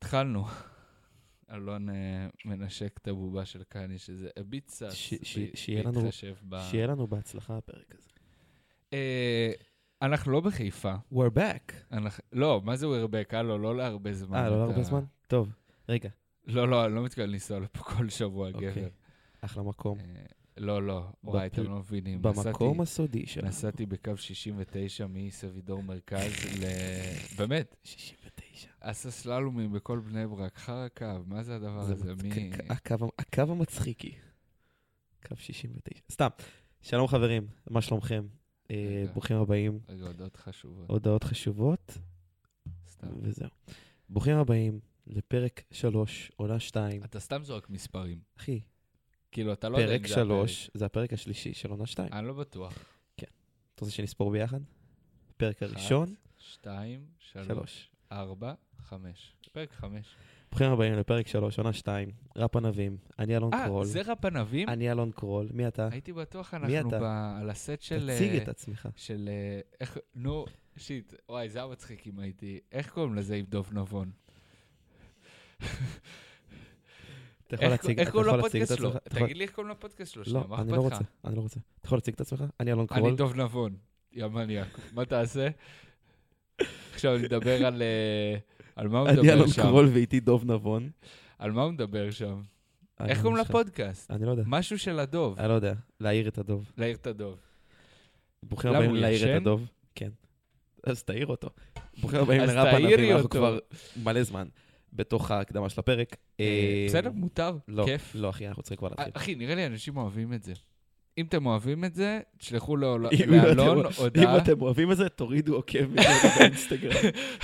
התחלנו. אלון מנשק את הבובה של קני, שזה הביצה, שיהיה לנו בהצלחה הפרק הזה. אנחנו לא בחיפה. We're back. לא, מה זה we're back? לא להרבה זמן. לא להרבה זמן? טוב, רגע. לא, אני לא מתכוון לנסוע לפה כל שבוע, גבר. אחלה מקום. לא, וואי, אתם לא מבינים. במקום הסודי שלנו. נסעתי בקו 69 מסבידור מרכז באמת. 69. עשה סללומים בכל בני ברק, חר הקו, מה זה הדבר הזה? הקו המצחיקי. קו 69. סתם, שלום חברים, מה שלומכם? ברוכים הבאים. רגע, הודעות חשובות. הודעות חשובות. סתם. וזהו. ברוכים הבאים לפרק 3, עונה 2. אתה סתם זורק מספרים. אחי. כאילו, אתה לא יודע פרק 3, זה הפרק השלישי של עונה 2. אני לא בטוח. כן. אתה רוצה שנספור ביחד? פרק הראשון. 1, 2, 3, 4, 5. פרק 5. ברוכים הבאים לפרק 3, עונה 2. ראפ ענבים. אני אלון קרול. זה ראפ ענבים? אני אלון קרול. מי אתה? הייתי בטוח אנחנו על הסט של... תציג את עצמך. של... איך... נו, שיט. וואי, זה היה מצחיק אם הייתי... איך קוראים לזה עם דוב נבון? איך קוראים לפודקאסט שלו? תגיד לי איך קוראים לפודקאסט שלו. לא, אני לא רוצה. אתה יכול להציג את עצמך? אני אלון קרול. אני דוב נבון. יא מניאק. מה תעשה? עכשיו אני מדבר על מה הוא מדבר שם. אני אלון קרול ואיתי דוב נבון. על מה הוא מדבר שם? איך קוראים לפודקאסט? אני לא יודע. משהו של הדוב. אני לא יודע. להעיר את הדוב. להעיר את הדוב. ברוכים הבאים להעיר את הדוב. כן. אז תעיר אותו. ברוכים הבאים לראפ ענבים. אנחנו כבר מלא זמן בתוך ההקדמה של הפרק. בסדר, מותר, כיף. לא, אחי, אנחנו צריכים כבר להתחיל. אחי, נראה לי אנשים אוהבים את זה. אם אתם אוהבים את זה, תשלחו לאלון הודעה. אם אתם אוהבים את זה, תורידו עוקב באינסטגרם.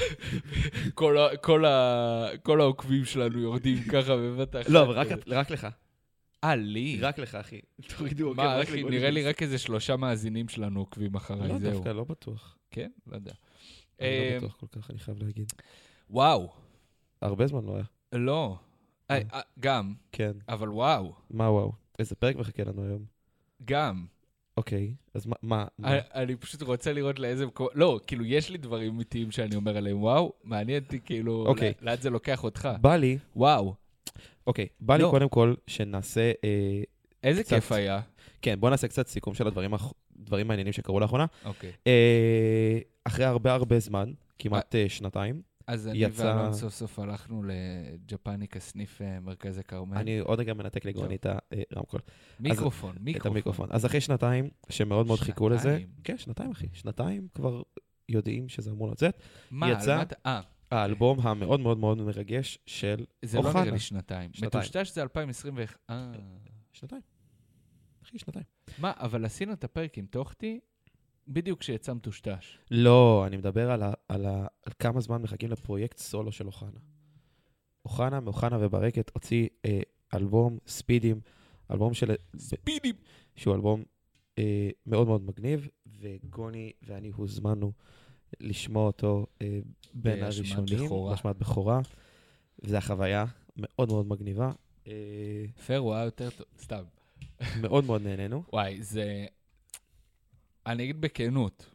כל העוקבים שלנו יורדים ככה בבת אחת. לא, אבל רק לך. לי? רק לך, אחי. תורידו עוקב. מה, אחי, נראה לי רק איזה 3 מאזינים שלנו עוקבים אחריי, לא, זהו. דווקא לא בטוח. כן? לא יודע. אני לא בטוח כל כך, אני חייב להגיד. וואו. הרבה זמן לא היה. לא. גם. כן. אבל וואו. מה וואו? איזה פרק מחכה לנו היום? גם. אוקיי, אז מה? אני פשוט רוצה לראות לאיזה מקום... לא, כאילו, יש לי דברים אמיתיים שאני אומר עליהם, וואו, מעניין אותי כאילו, לאן זה לוקח אותך. בא לי... וואו. אוקיי, בא לי קודם כל שנעשה... איזה כיף היה. כן, בוא נעשה קצת סיכום של הדברים העניינים שקרו לאחרונה. אוקיי. אחרי הרבה זמן, כמעט שנתיים, אז אני ואלון סוף סוף הלכנו לג'פניקה סניף מרכז הכרמל. אני עוד רגע מנתק לגרוני את הרמקול. מיקרופון. את המיקרופון. אז אחרי שנתיים, שמאוד מאוד חיכו לזה. כן, שנתיים, אחי. שנתיים כבר יודעים שזה אמור לצאת. מה? יצא האלבום המאוד מאוד מאוד מרגש של אוחנה. זה לא נראה לי שנתיים. מטושטש זה 2021. שנתיים. אחי, שנתיים. מה? אבל עשינו את הפרק עם תוכתי, בדיוק כשיצא מטושטש. לא, אני מדבר על כמה זמן מחכים לפרויקט סולו של אוחנה. מאוחנה וברקת הוציא אלבום ספידים, אלבום של... ספידים! שהוא אלבום מאוד מאוד מגניב, וגוני ואני הוזמנו לשמוע אותו בין הראשונים. בהשמעת בכורה. וזו החוויה מאוד מאוד מגניבה. פר, הוא היה יותר טוב, סתם. מאוד מאוד נהנינו. וואי, זה... אני אגיד בכנות,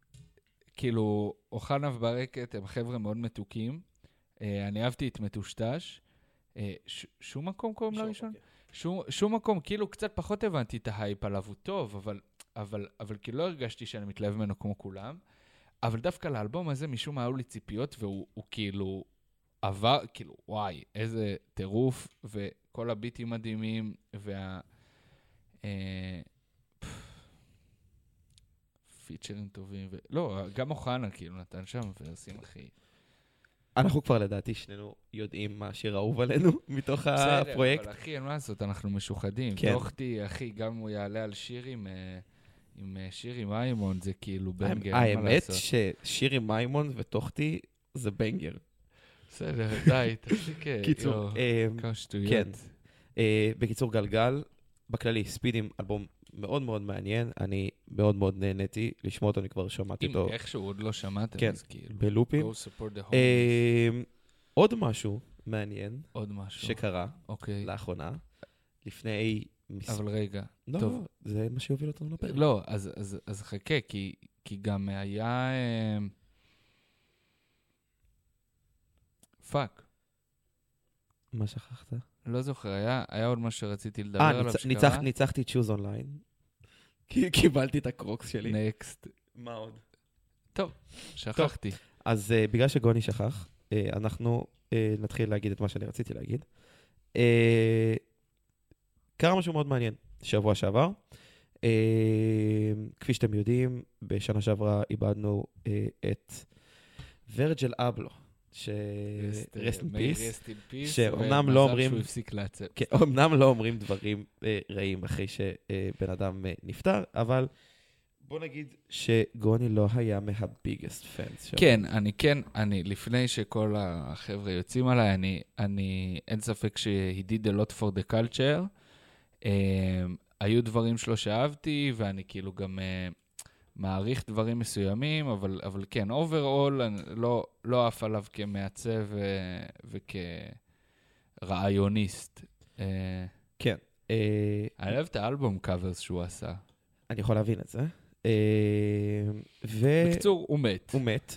כאילו, אוחנה וברקת הם חבר'ה מאוד מתוקים. אני אהבתי את מטושטש. שום מקום קוראים לראשון? שום מקום, כאילו קצת פחות הבנתי את ההייפ עליו, הוא טוב, אבל כאילו לא הרגשתי שאני מתלהב ממנו כמו כולם. אבל דווקא לאלבום הזה משום מה היו לי ציפיות, והוא כאילו עבר, כאילו וואי, איזה טירוף, וכל הביטים מדהימים, פיצ'רים טובים, לא, גם אוחנה כאילו נתן שם ועושים הכי... אנחנו כבר לדעתי שנינו יודעים מה שיר אהוב עלינו מתוך הפרויקט. בסדר, אבל אחי, אין מה לעשות, אנחנו משוחדים. תוכתי, אחי, גם הוא יעלה על שיר עם שיר עם איימון, זה כאילו בנגר. האמת ששיר עם איימון ותוכתי זה בנגר. בסדר, די, תפסיק. קיצור, כמה שטויות. כן. בקיצור, גלגל, בכללי, ספידים, אלבום מאוד מאוד מעניין, אני מאוד מאוד נהניתי לשמוע אותו, אני כבר שמעתי אותו. אם איכשהו עוד לא שמעתם, כן, אז כאילו. בלופים. Go support the homies. עוד משהו מעניין. עוד משהו. שקרה. אוקיי. לאחרונה. לפני... אבל רגע. לא, טוב. זה מה שיוביל אותנו לפרק. לא, אז חכה, כי גם היה... פאק. מה שכחת? לא זוכר, היה עוד מה שרציתי לדבר עליו שקרה. ניצחתי צ'וז אונליין. קיבלתי את הקרוקס שלי. נקסט. מה עוד? טוב, שכחתי. אז בגלל שגוני שכח, אנחנו נתחיל להגיד את מה שאני רציתי להגיד. קרה משהו מאוד מעניין, שבוע שעבר. כפי שאתם יודעים, בשנה שעברה איבדנו את ורג'ל אבלו, רסט אין פיס, שאומנם לא אומרים, אומנם לא אומרים דברים רעים אחרי שבן אדם נפטר, אבל בוא נגיד שגוני לא היה מהביגסט פאנס. כן, אני, לפני שכל החבר'ה יוצאים עליי, אין ספק ש-he did a lot for the culture. היו דברים שלו שאהבתי, ואני כאילו גם מעריך דברים מסוימים, אבל כן, overall, לא אף עליו כמעצב וכרעיוניסט. כן. אני אוהב את האלבום קאברס שהוא עשה. אני יכול להבין את זה. בקצור, הוא מת. הוא מת,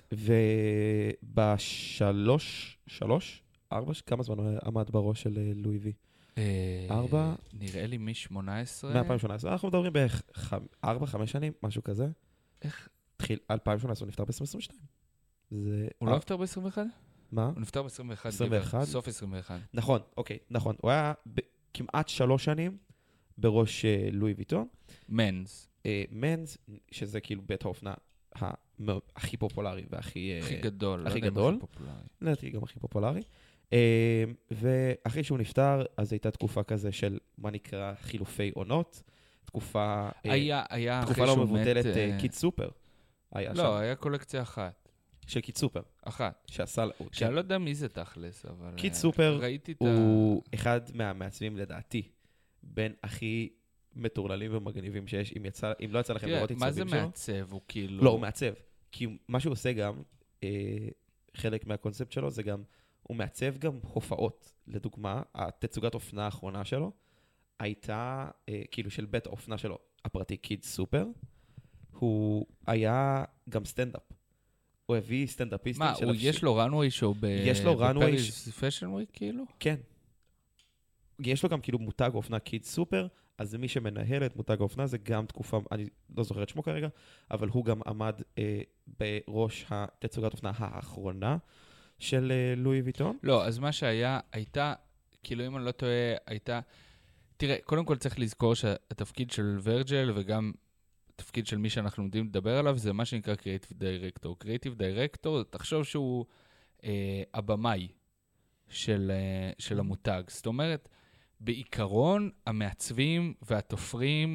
ארבע, כמה זמן הוא עמד בראש של לואי וי? 4? נראה לי מ-18. מ-2018. אנחנו מדברים בערך 4-5 שנים, משהו כזה. איך? התחיל 2018, הוא נפטר ב-2022. הוא לא נפטר ב-21? מה? הוא נפטר ב-21. 21? סוף 21. נכון, אוקיי, נכון. הוא היה כמעט 3 שנים בראש לואי ויטון. מנס. מנס, שזה כאילו בית האופנה הכי פופולרי והכי... הכי גדול. הכי גדול. לדעתי גם הכי פופולרי. ואחרי שהוא נפטר, אז הייתה תקופה כזה של מה נקרא חילופי עונות. תקופה לא מבוטלת, קיד סופר. לא, היה קולקציה אחת. של קיד סופר. אחת. שעשה... שאני לא יודע מי זה תכלס, אבל... קיד סופר הוא אחד מהמעצבים לדעתי, בין הכי מטורללים ומגניבים שיש, אם לא יצא לכם לראות עיצובים שלו. מה זה מעצב? הוא כאילו... לא, הוא מעצב. כי מה שהוא עושה גם, חלק מהקונספט שלו, זה גם, הוא מעצב גם הופעות. לדוגמה, התצוגת אופנה האחרונה שלו, הייתה, כאילו של בית האופנה שלו, הפרטי קיד סופר, הוא היה גם סטנדאפ. הוא הביא סטנדאפיסטים של... מה, יש לו רנווי שואו בפריז פשן וויק כאילו? כן. יש לו גם כאילו מותג אופנה קיד סופר, אז מי שמנהל את מותג האופנה זה גם תקופה, אני לא זוכר את שמו כרגע, אבל הוא גם עמד בראש התצוגת אופנה האחרונה של לואי ויטון. לא, אז מה שהיה, הייתה, כאילו אם אני לא טועה, הייתה, תראה, קודם כל צריך לזכור שהתפקיד של ורג'ל וגם התפקיד של מי שאנחנו יודעים לדבר עליו, זה מה שנקרא Creative Director. Creative Director, תחשוב שהוא הבמאי של המותג. זאת אומרת, בעיקרון, המעצבים והתופרים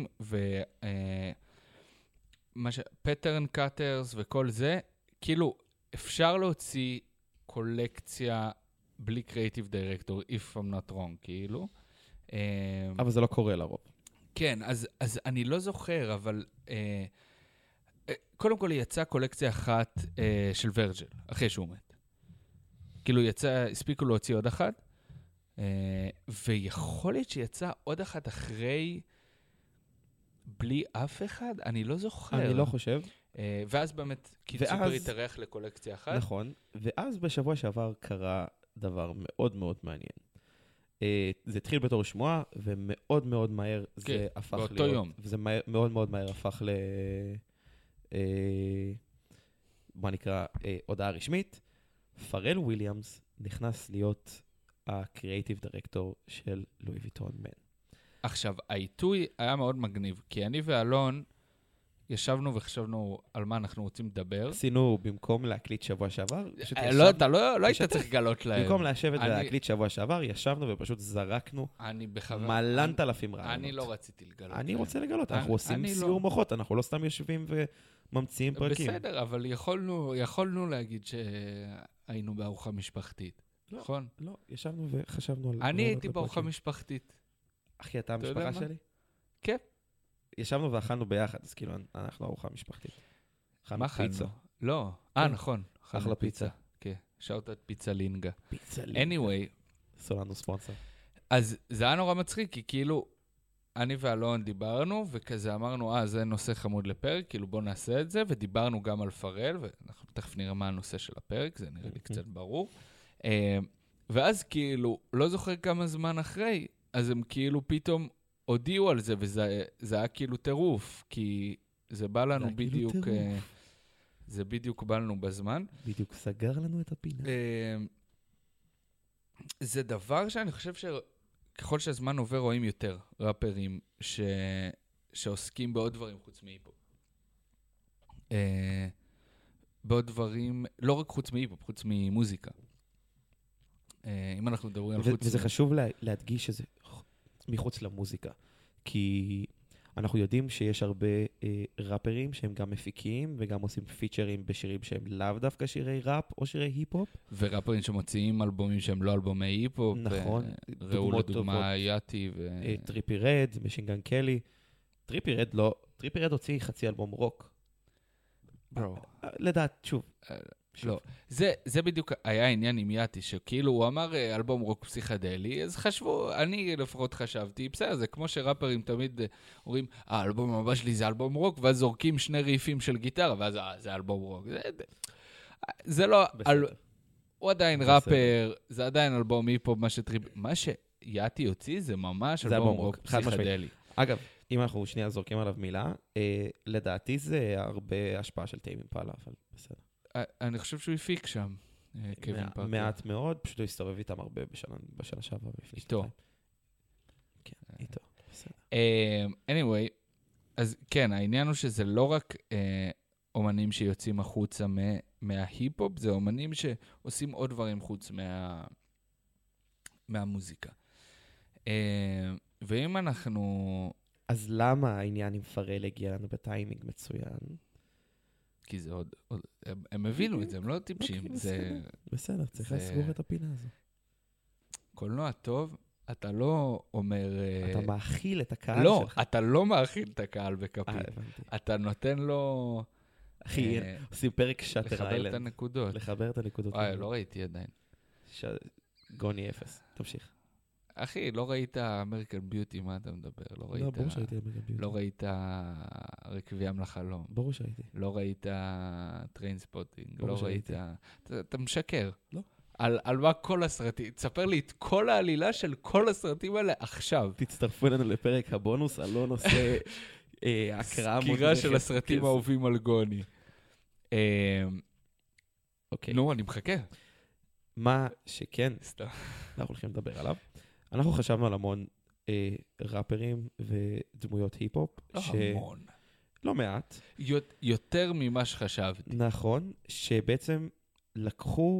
פטרן קאטרס וכל זה, כאילו אפשר להוציא קולקציה בלי Creative Director, if I'm not wrong, כאילו. אבל זה לא קורה לרוב. כן, אז אני לא זוכר, אבל קודם כל יצאה קולקציה אחת של ורג'ל, אחרי שהוא מת. כאילו הספיקו להוציא עוד אחת, ויכול להיות שיצא עוד אחת אחרי, בלי אף אחד? אני לא זוכר. אני לא חושב. ואז באמת קיד סופר התארח לקולקציה אחת. נכון, ואז בשבוע שעבר קרה דבר מאוד מאוד מעניין. זה התחיל בתור שמועה, ומאוד מאוד מהר זה הפך להיות... באותו יום. וזה מאוד מאוד מהר הפך מה נקרא, הודעה רשמית. פרל וויליאמס נכנס להיות הקריאייטיב דירקטור של לואי ויטון מן. עכשיו, העיתוי היה מאוד מגניב, כי אני ואלון ישבנו וחשבנו על מה אנחנו רוצים לדבר. עשינו במקום להקליט שבוע שעבר. לא, אתה לא היית צריך לגלות להם. במקום לשבת ולהקליט שבוע שעבר, ישבנו ופשוט זרקנו מלנת אלפים רעיונות. אני לא רציתי לגלות. אני רוצה לגלות, אנחנו עושים סיור מוחות, אנחנו לא סתם יושבים וממציאים פרקים. בסדר, אבל יכולנו להגיד שהיינו בארוחה משפחתית, נכון? לא, ישבנו וחשבנו על... אני הייתי בארוחה משפחתית. אחי, אתה המשפחה שלי? כן. ישבנו ואכלנו ביחד, אז כאילו אנחנו ארוחה משפחתית. אכלנו פיצה. לא, נכון. אחלה פיצה. כן, שאוטת פיצה לינגה. פיצה לינגה. anyway. סולנו ספונסר. אז זה היה נורא מצחיק, כי כאילו, אני ואלון דיברנו, וכזה אמרנו, זה נושא חמוד לפרק, כאילו בוא נעשה את זה, ודיברנו גם על פרל, ואנחנו תכף נראה מה הנושא של הפרק, זה נראה לי קצת ברור. ואז כאילו, לא זוכר כמה זמן אחרי, אז הם כאילו פתאום הודיעו על זה, וזה היה כאילו טירוף, כי זה בא לנו בדיוק... זה בדיוק בא לנו בזמן. בדיוק סגר לנו את הפינה. זה דבר שאני חושב שככל שהזמן עובר רואים יותר ראפרים שעוסקים בעוד דברים חוץ מהיפ-הופ. בעוד דברים, לא רק חוץ מהיפ-הופ, חוץ ממוזיקה. אם אנחנו מדברים על חוץ... וזה חשוב להדגיש שזה מחוץ למוזיקה, כי אנחנו יודעים שיש הרבה ראפרים שהם גם מפיקים וגם עושים פיצ'רים בשירים שהם לאו דווקא שירי ראפ או שירי היפ-הופ. וראפרים שמוציאים אלבומים שהם לא אלבומי היפ-הופ. נכון. ראו לדוגמה יאטי טריפי רד, משינגן קלי. טריפי רד הוציא חצי אלבום רוק. לדעת, שוב. לא, זה בדיוק היה העניין עם יאטי, שכאילו הוא אמר אלבום רוק פסיכדלי, אז חשבו, אני לפחות חשבתי, בסדר, זה כמו שראפרים תמיד אומרים, האלבום הבא שלי זה אלבום רוק, ואז זורקים שני ריפים של גיטרה, ואז זה אלבום רוק. זה לא, הוא עדיין ראפר, זה עדיין אלבום היפ-הופ, מה שיאטי הוציא זה ממש אלבום רוק פסיכדלי. אגב, אם אנחנו שנייה זורקים עליו מילה, לדעתי זה הרבה השפעה של טיימ אימפלה, אבל בסדר. אני חושב שהוא הפיק שם, קווין פארקר. מעט מאוד, פשוט הוא הסתובב איתם הרבה בשנה שעברה. איתו. כן, איתו, בסדר. anyway, אז כן, העניין הוא שזה לא רק אומנים שיוצאים החוצה מההיפ-הופ, זה אומנים שעושים עוד דברים חוץ מהמוזיקה. ואם אנחנו... אז למה העניין עם פרל הגיע לנו בטיימינג מצוין? כי זה עוד... הם הבינו את זה, הם לא טיפשים. בסדר, צריך לסגור את הפינה הזו. קולנוע טוב, אתה לא אומר... אתה מאכיל את הקהל שלך. לא, אתה לא מאכיל את הקהל בכפית. אתה נותן לו... אחי, עושים פרק שטר איילנד. לחבר את הנקודות. לחבר את הנקודות. לא ראיתי עדיין. גוני 0, תמשיך. אחי, לא ראית אמריקן ביוטי, מה אתה מדבר? לא, ברור שהייתי אמריקן ביוטי. לא ראית רקבים לחלום. ברור שהייתי. לא ראית טריינספוטינג. לא ראית... אתה משקר. לא. על מה כל הסרטים? תספר לי את כל העלילה של כל הסרטים האלה עכשיו. תצטרפו אלינו לפרק הבונוס, אלון עושה הקראה מודרכת. סקירה של הסרטים האהובים על גוני. אוקיי. נו, אני מחכה. מה שכן, סתם. אנחנו הולכים לדבר עליו. אנחנו חשבנו על המון ראפרים ודמויות היפ-הופ. לא המון. לא מעט. יותר ממה שחשבתי. נכון, שבעצם לקחו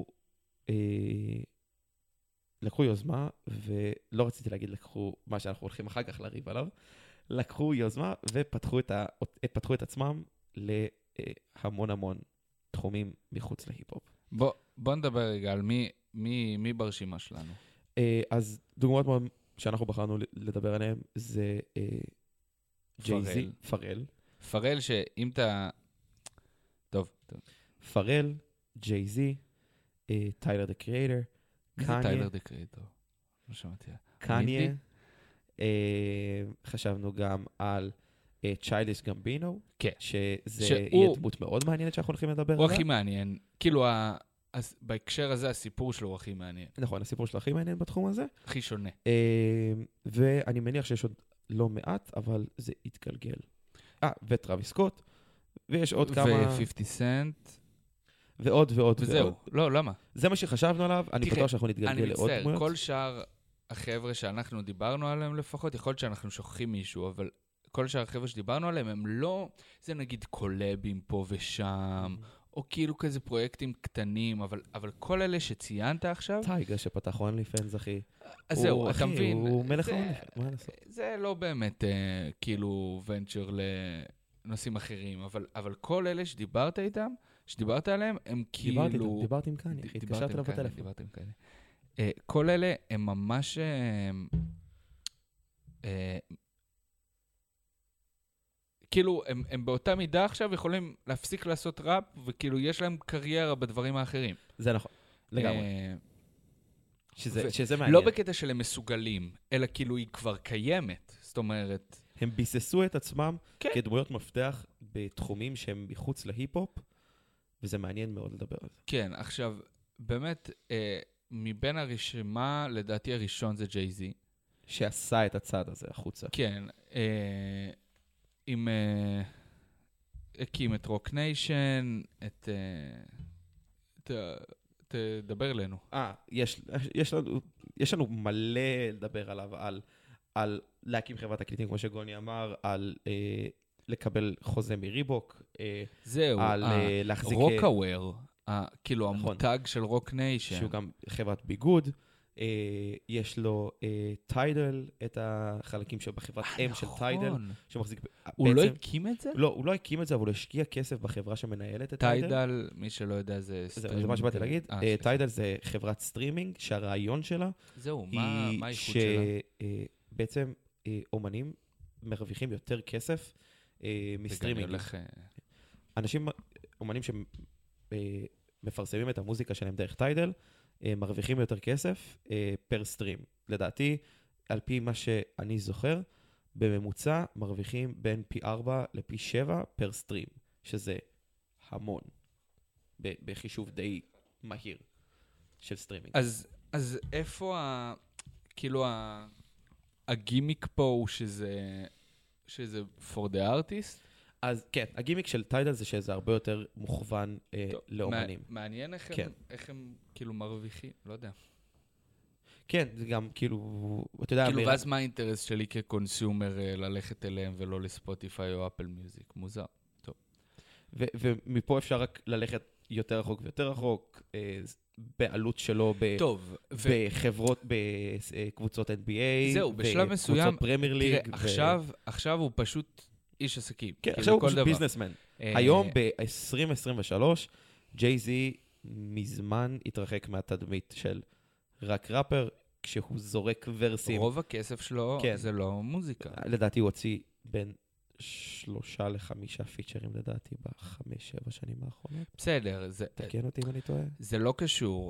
יוזמה, ולא רציתי להגיד לקחו מה שאנחנו הולכים אחר כך לריב עליו, לקחו יוזמה ופתחו את עצמם להמון המון תחומים מחוץ להיפ-הופ. בוא נדבר רגע על מי ברשימה שלנו. אז דוגמאות מאוד שאנחנו בחרנו לדבר עליהן זה ג'יי-זי, פרל. פרל שאם אתה... טוב. פרל, ג'יי-זי, טיילר דה קריאטר, מי זה טיילר דה קריאטר? לא שמעתי. קניה. חשבנו גם על צ'יילדיש גמבינו, שזה יהיה דמות מאוד מעניינת שאנחנו הולכים לדבר עליה. הוא הכי מעניין. כאילו, בהקשר הזה הסיפור שלו הוא הכי מעניין. נכון, הסיפור שלו הכי מעניין בתחום הזה. הכי שונה. ואני מניח שיש עוד לא מעט, אבל זה יתגלגל. וטראביס סקוט, ויש עוד כמה... ו-50 סנט. ועוד ועוד. וזהו. לא, למה? זה מה שחשבנו עליו, אני בטוח שאנחנו נתגלגל לעוד דמויות. אני מצטער, כל שאר החבר'ה שאנחנו דיברנו עליהם לפחות, יכול להיות שאנחנו שוכחים מישהו, אבל כל שאר החבר'ה שדיברנו עליהם, הם לא, זה נגיד קולאבים פה ושם, או כאילו כזה פרויקטים קטנים, אבל כל אלה שציינת עכשיו... טייגר שפתח אונלי פנס, אחי. אז זהו, אתה מבין. הוא מלך אונלי פנס, מה לעשות? זה לא באמת כאילו ונצ'ר לנושאים אחרים, אבל כל אלה שדיברת עליהם, הם כאילו... דיברתי עם קניה, התקשרתי אליו בטלפון. דיברתי עם קניה. כל אלה הם ממש... כאילו, הם באותה מידה עכשיו יכולים להפסיק לעשות ראפ, וכאילו יש להם קריירה בדברים האחרים. זה נכון, לגמרי. שזה מעניין. לא בקטע של הם מסוגלים, אלא כאילו היא כבר קיימת. זאת אומרת... הם ביססו את עצמם כדמויות מפתח בתחומים שהם מחוץ להיפ-הופ, וזה מעניין מאוד לדבר על זה. כן, עכשיו, באמת, מבין הרשימה, לדעתי הראשון זה ג'יי-זי. שעשה את הצעד הזה החוצה. כן. הקים את רוק ניישן, תדבר אלינו. יש לנו מלא לדבר עליו, על להקים חברת תקליטים, כמו שגוני אמר, על לקבל חוזה מריבוק. זהו, על להחזיק... רוקאוור, כאילו המותג של רוק ניישן. שהוא גם חברת ביגוד. יש לו טיידל, את החלקים שבחברת M של טיידל, שמחזיק... הוא לא הקים את זה? לא, הוא לא הקים את זה, אבל הוא השקיע כסף בחברה שמנהלת את טיידל. טיידל, מי שלא יודע, זה סטרימינג. זה מה שבאתי להגיד. טיידל זה חברת סטרימינג, שהרעיון שלה... זהו, מה האיכות שלה? שבעצם אומנים מרוויחים יותר כסף מסטרימינג. אומנים שמפרסמים את המוזיקה שלהם דרך טיידל, מרוויחים יותר כסף פר סטרים. לדעתי, על פי מה שאני זוכר, בממוצע מרוויחים בין פי 4 לפי 7 פר סטרים, שזה המון, בחישוב די מהיר של סטרימינג. אז איפה כאילו הגימיק פה הוא שזה for the artist? אז כן, הגימיק של טיידל זה שזה הרבה יותר מוכוון לאומנים. מעניין איך הם כאילו מרוויחים, לא יודע. כן, זה גם כאילו, אתה יודע... כאילו, ואז מה האינטרס שלי כקונסיומר ללכת אליהם ולא לספוטיפיי או אפל מיוזיק? מוזר. טוב. ומפה אפשר רק ללכת יותר רחוק ויותר רחוק, בעלות שלו בחברות, בקבוצות NBA, זהו, בשלב מסוים, בקבוצות פרמייר ליג. תראה, עכשיו הוא פשוט איש עסקים. כן, עכשיו הוא פשוט ביזנסמן. היום, ב-2023, ג'יי-זי מזמן התרחק מהתדמית של רק ראפר, כשהוא זורק ורסים. רוב הכסף שלו זה לא מוזיקה. לדעתי הוא הוציא בין 3 ל5 פיצ'רים, לדעתי, ב5-7 שנים האחרונות. בסדר. תקן אותי אם אני טועה. זה לא קשור.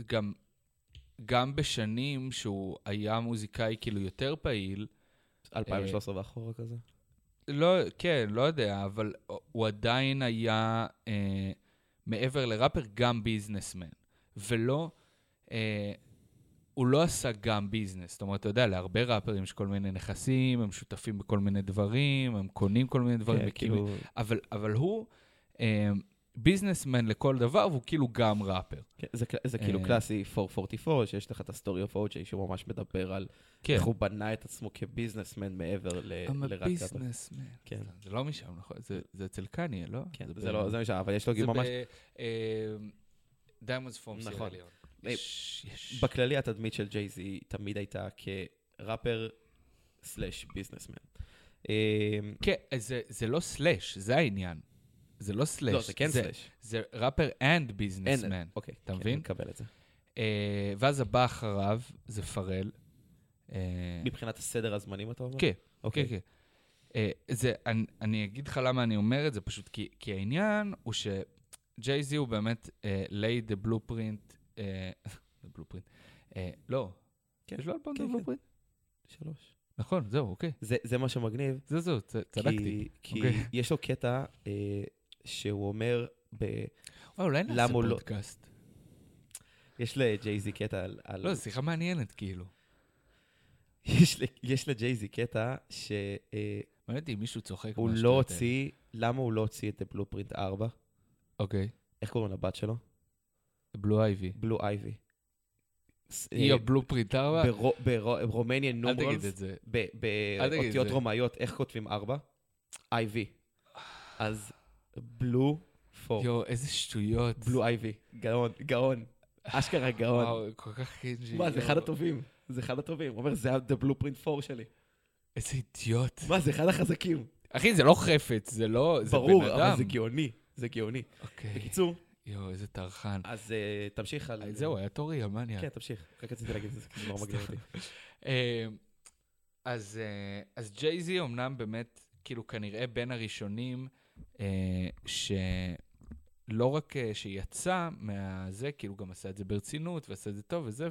גם בשנים שהוא היה מוזיקאי כאילו יותר פעיל, 2013 ואחורה כזה. לא, כן, לא יודע, אבל הוא עדיין היה מעבר לראפר גם ביזנסמן. ולא, הוא לא עשה גם ביזנס. זאת אומרת, אתה יודע, להרבה ראפרים יש כל מיני נכסים, הם שותפים בכל מיני דברים, הם קונים כל מיני דברים. כאילו... אבל הוא ביזנסמן לכל דבר, והוא כאילו גם ראפר. כן, זה כאילו קלאסי 444, שיש לך את הסטורי אוף אוג'יי, שהוא ממש מדבר על איך הוא בנה את עצמו כביזנסמן מעבר לראפר. ביזנסמן. זה לא משם, נכון? זה אצל קניה, לא? כן, זה משם, אבל יש לו גם ממש... דיימונדס פורם סירה ליאון. בכללי התדמית של ג'יי-זי תמיד הייתה כראפר סלש ביזנסמן. כן, זה לא סלש, זה העניין. זה לא סלש. לא, זה כן סלש. זה ראפר and ביזנסמן. אוקיי, אתה מבין? אני מקבל את זה. ואז הבא אחריו זה פרל. מבחינת הסדר הזמנים אתה אומר? כן, כן. אני אגיד לך למה אני אומר את זה, פשוט כי העניין הוא שג'יי-זי הוא באמת lay the blueprint, לא, יש לו אלבום the blueprint? 3. נכון, זהו, אוקיי. זה מה שמגניב. זהו, צדקתי. כי יש לו קטע שהוא אומר אולי נעשה פודקאסט. יש לג'יי-זי קטע על... לא, זו שיחה מעניינת, כאילו. יש לג'יי-זי קטע ש... מעניין אותי אם מישהו צוחק. הוא לא הוציא... למה הוא לא הוציא את בלופרינט 4? אוקיי. איך קוראים לבת שלו? בלו אייבי. בלו אייבי. היא הבלופרינט 4? ברומניאן נומרלס. אל תגיד את זה. באותיות רומאיות, איך כותבים 4? אייבי. אז בלו פור. יו, איזה שטויות. בלו אייבי. גאון. אשכרה גאון. וואו, כל כך קינג'י. מה, זה אחד הטובים. הוא אומר, זה הבלופרינט 4 שלי. איזה אידיוט. מה, זה אחד החזקים. אחי, זה לא חפץ, זה לא... ברור, אבל זה גאוני. אוקיי. בקיצור. יו, איזה תרחן. אז תמשיך על... זהו, היה תורי, המניה. כן, תמשיך. רק רציתי להגיד את זה, כי זה לא מגניב אותי. אז ג'יי-זי אומנם באמת, כאילו כנראה בין הראשונים, שלא רק שיצא מהזה, כאילו גם עשה את זה ברצינות, ועשה את זה טוב וזה,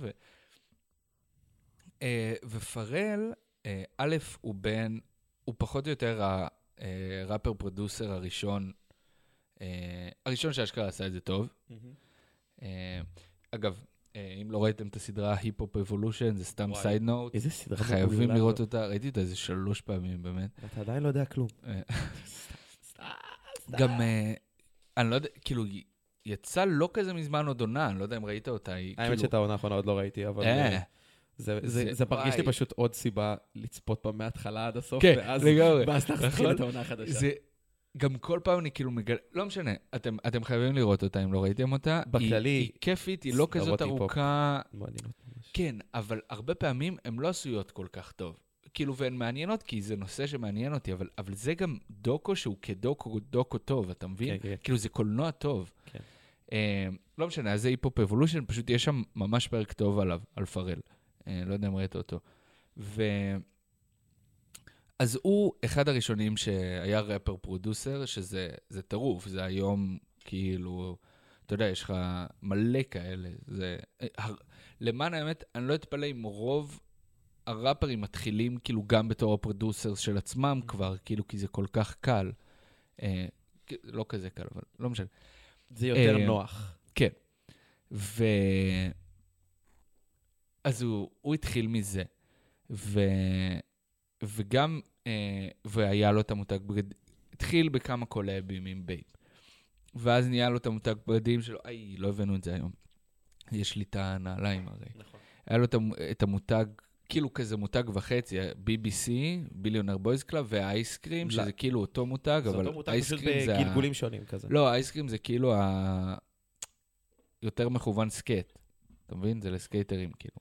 ופרל, א', הוא פחות או יותר הראפר פרודוסר הראשון, הראשון שאשכרה עשה את זה טוב. אגב, אם לא ראיתם את הסדרה היפ-הופ אבולושן, זה סתם סייד נוט. איזה סדרה חייבים לראות אותה, ראיתי אותה איזה 3 פעמים, באמת. אתה עדיין לא יודע כלום. גם, אני לא יודע, כאילו, יצא לא כזה מזמן עוד עונה, אני לא יודע אם ראית אותה. האמת שאת העונה האחרונה עוד לא ראיתי, אבל זה מרגיש לי פשוט עוד סיבה לצפות בה מההתחלה עד הסוף, ואז להחזיר את העונה החדשה. גם כל פעם אני כאילו מגלה, לא משנה, אתם חייבים לראות אותה אם לא ראיתם אותה. בכללי, היא כיפית, היא לא כזאת ארוכה. כן, אבל הרבה פעמים הן לא עשויות כל כך טוב. כאילו, והן מעניינות, כי זה נושא שמעניין אותי, אבל זה גם דוקו שהוא כדוקו טוב, אתה מבין? כאילו, זה קולנוע טוב. לא משנה, אז זה היפ-הופ אבולושן, פשוט יש שם ממש פרק טוב עליו, על פרל. לא יודע אם ראית אותו. אז הוא אחד הראשונים שהיה רפר פרודוסר, שזה טירוף, זה היום כאילו, אתה יודע, יש לך מלא כאלה. למען האמת, אני לא אתפלא אם רוב הראפרים מתחילים כאילו גם בתור הפרודוסר של עצמם כבר, כאילו כי זה כל כך קל. לא כזה קל, אבל לא משנה. זה יותר נוח. כן. אז הוא התחיל מזה. וגם, והיה לו את המותג בגדים, התחיל בכמה קולאבים עם בייב. ואז נהיה לו את המותג בגדים שלו, לא הבאנו את זה היום. יש לי את הנעליים הרי. נכון. היה לו את המותג, כאילו כזה מותג וחצי, BBC, ביליונר בויז קלאב, והאייסקרים, שזה כאילו אותו מותג, אבל האייסקרים זה בגלגולים שונים כזה. לא, האייסקרים זה כאילו יותר מכוון סקייט. אתה מבין? זה לסקייטרים, כאילו.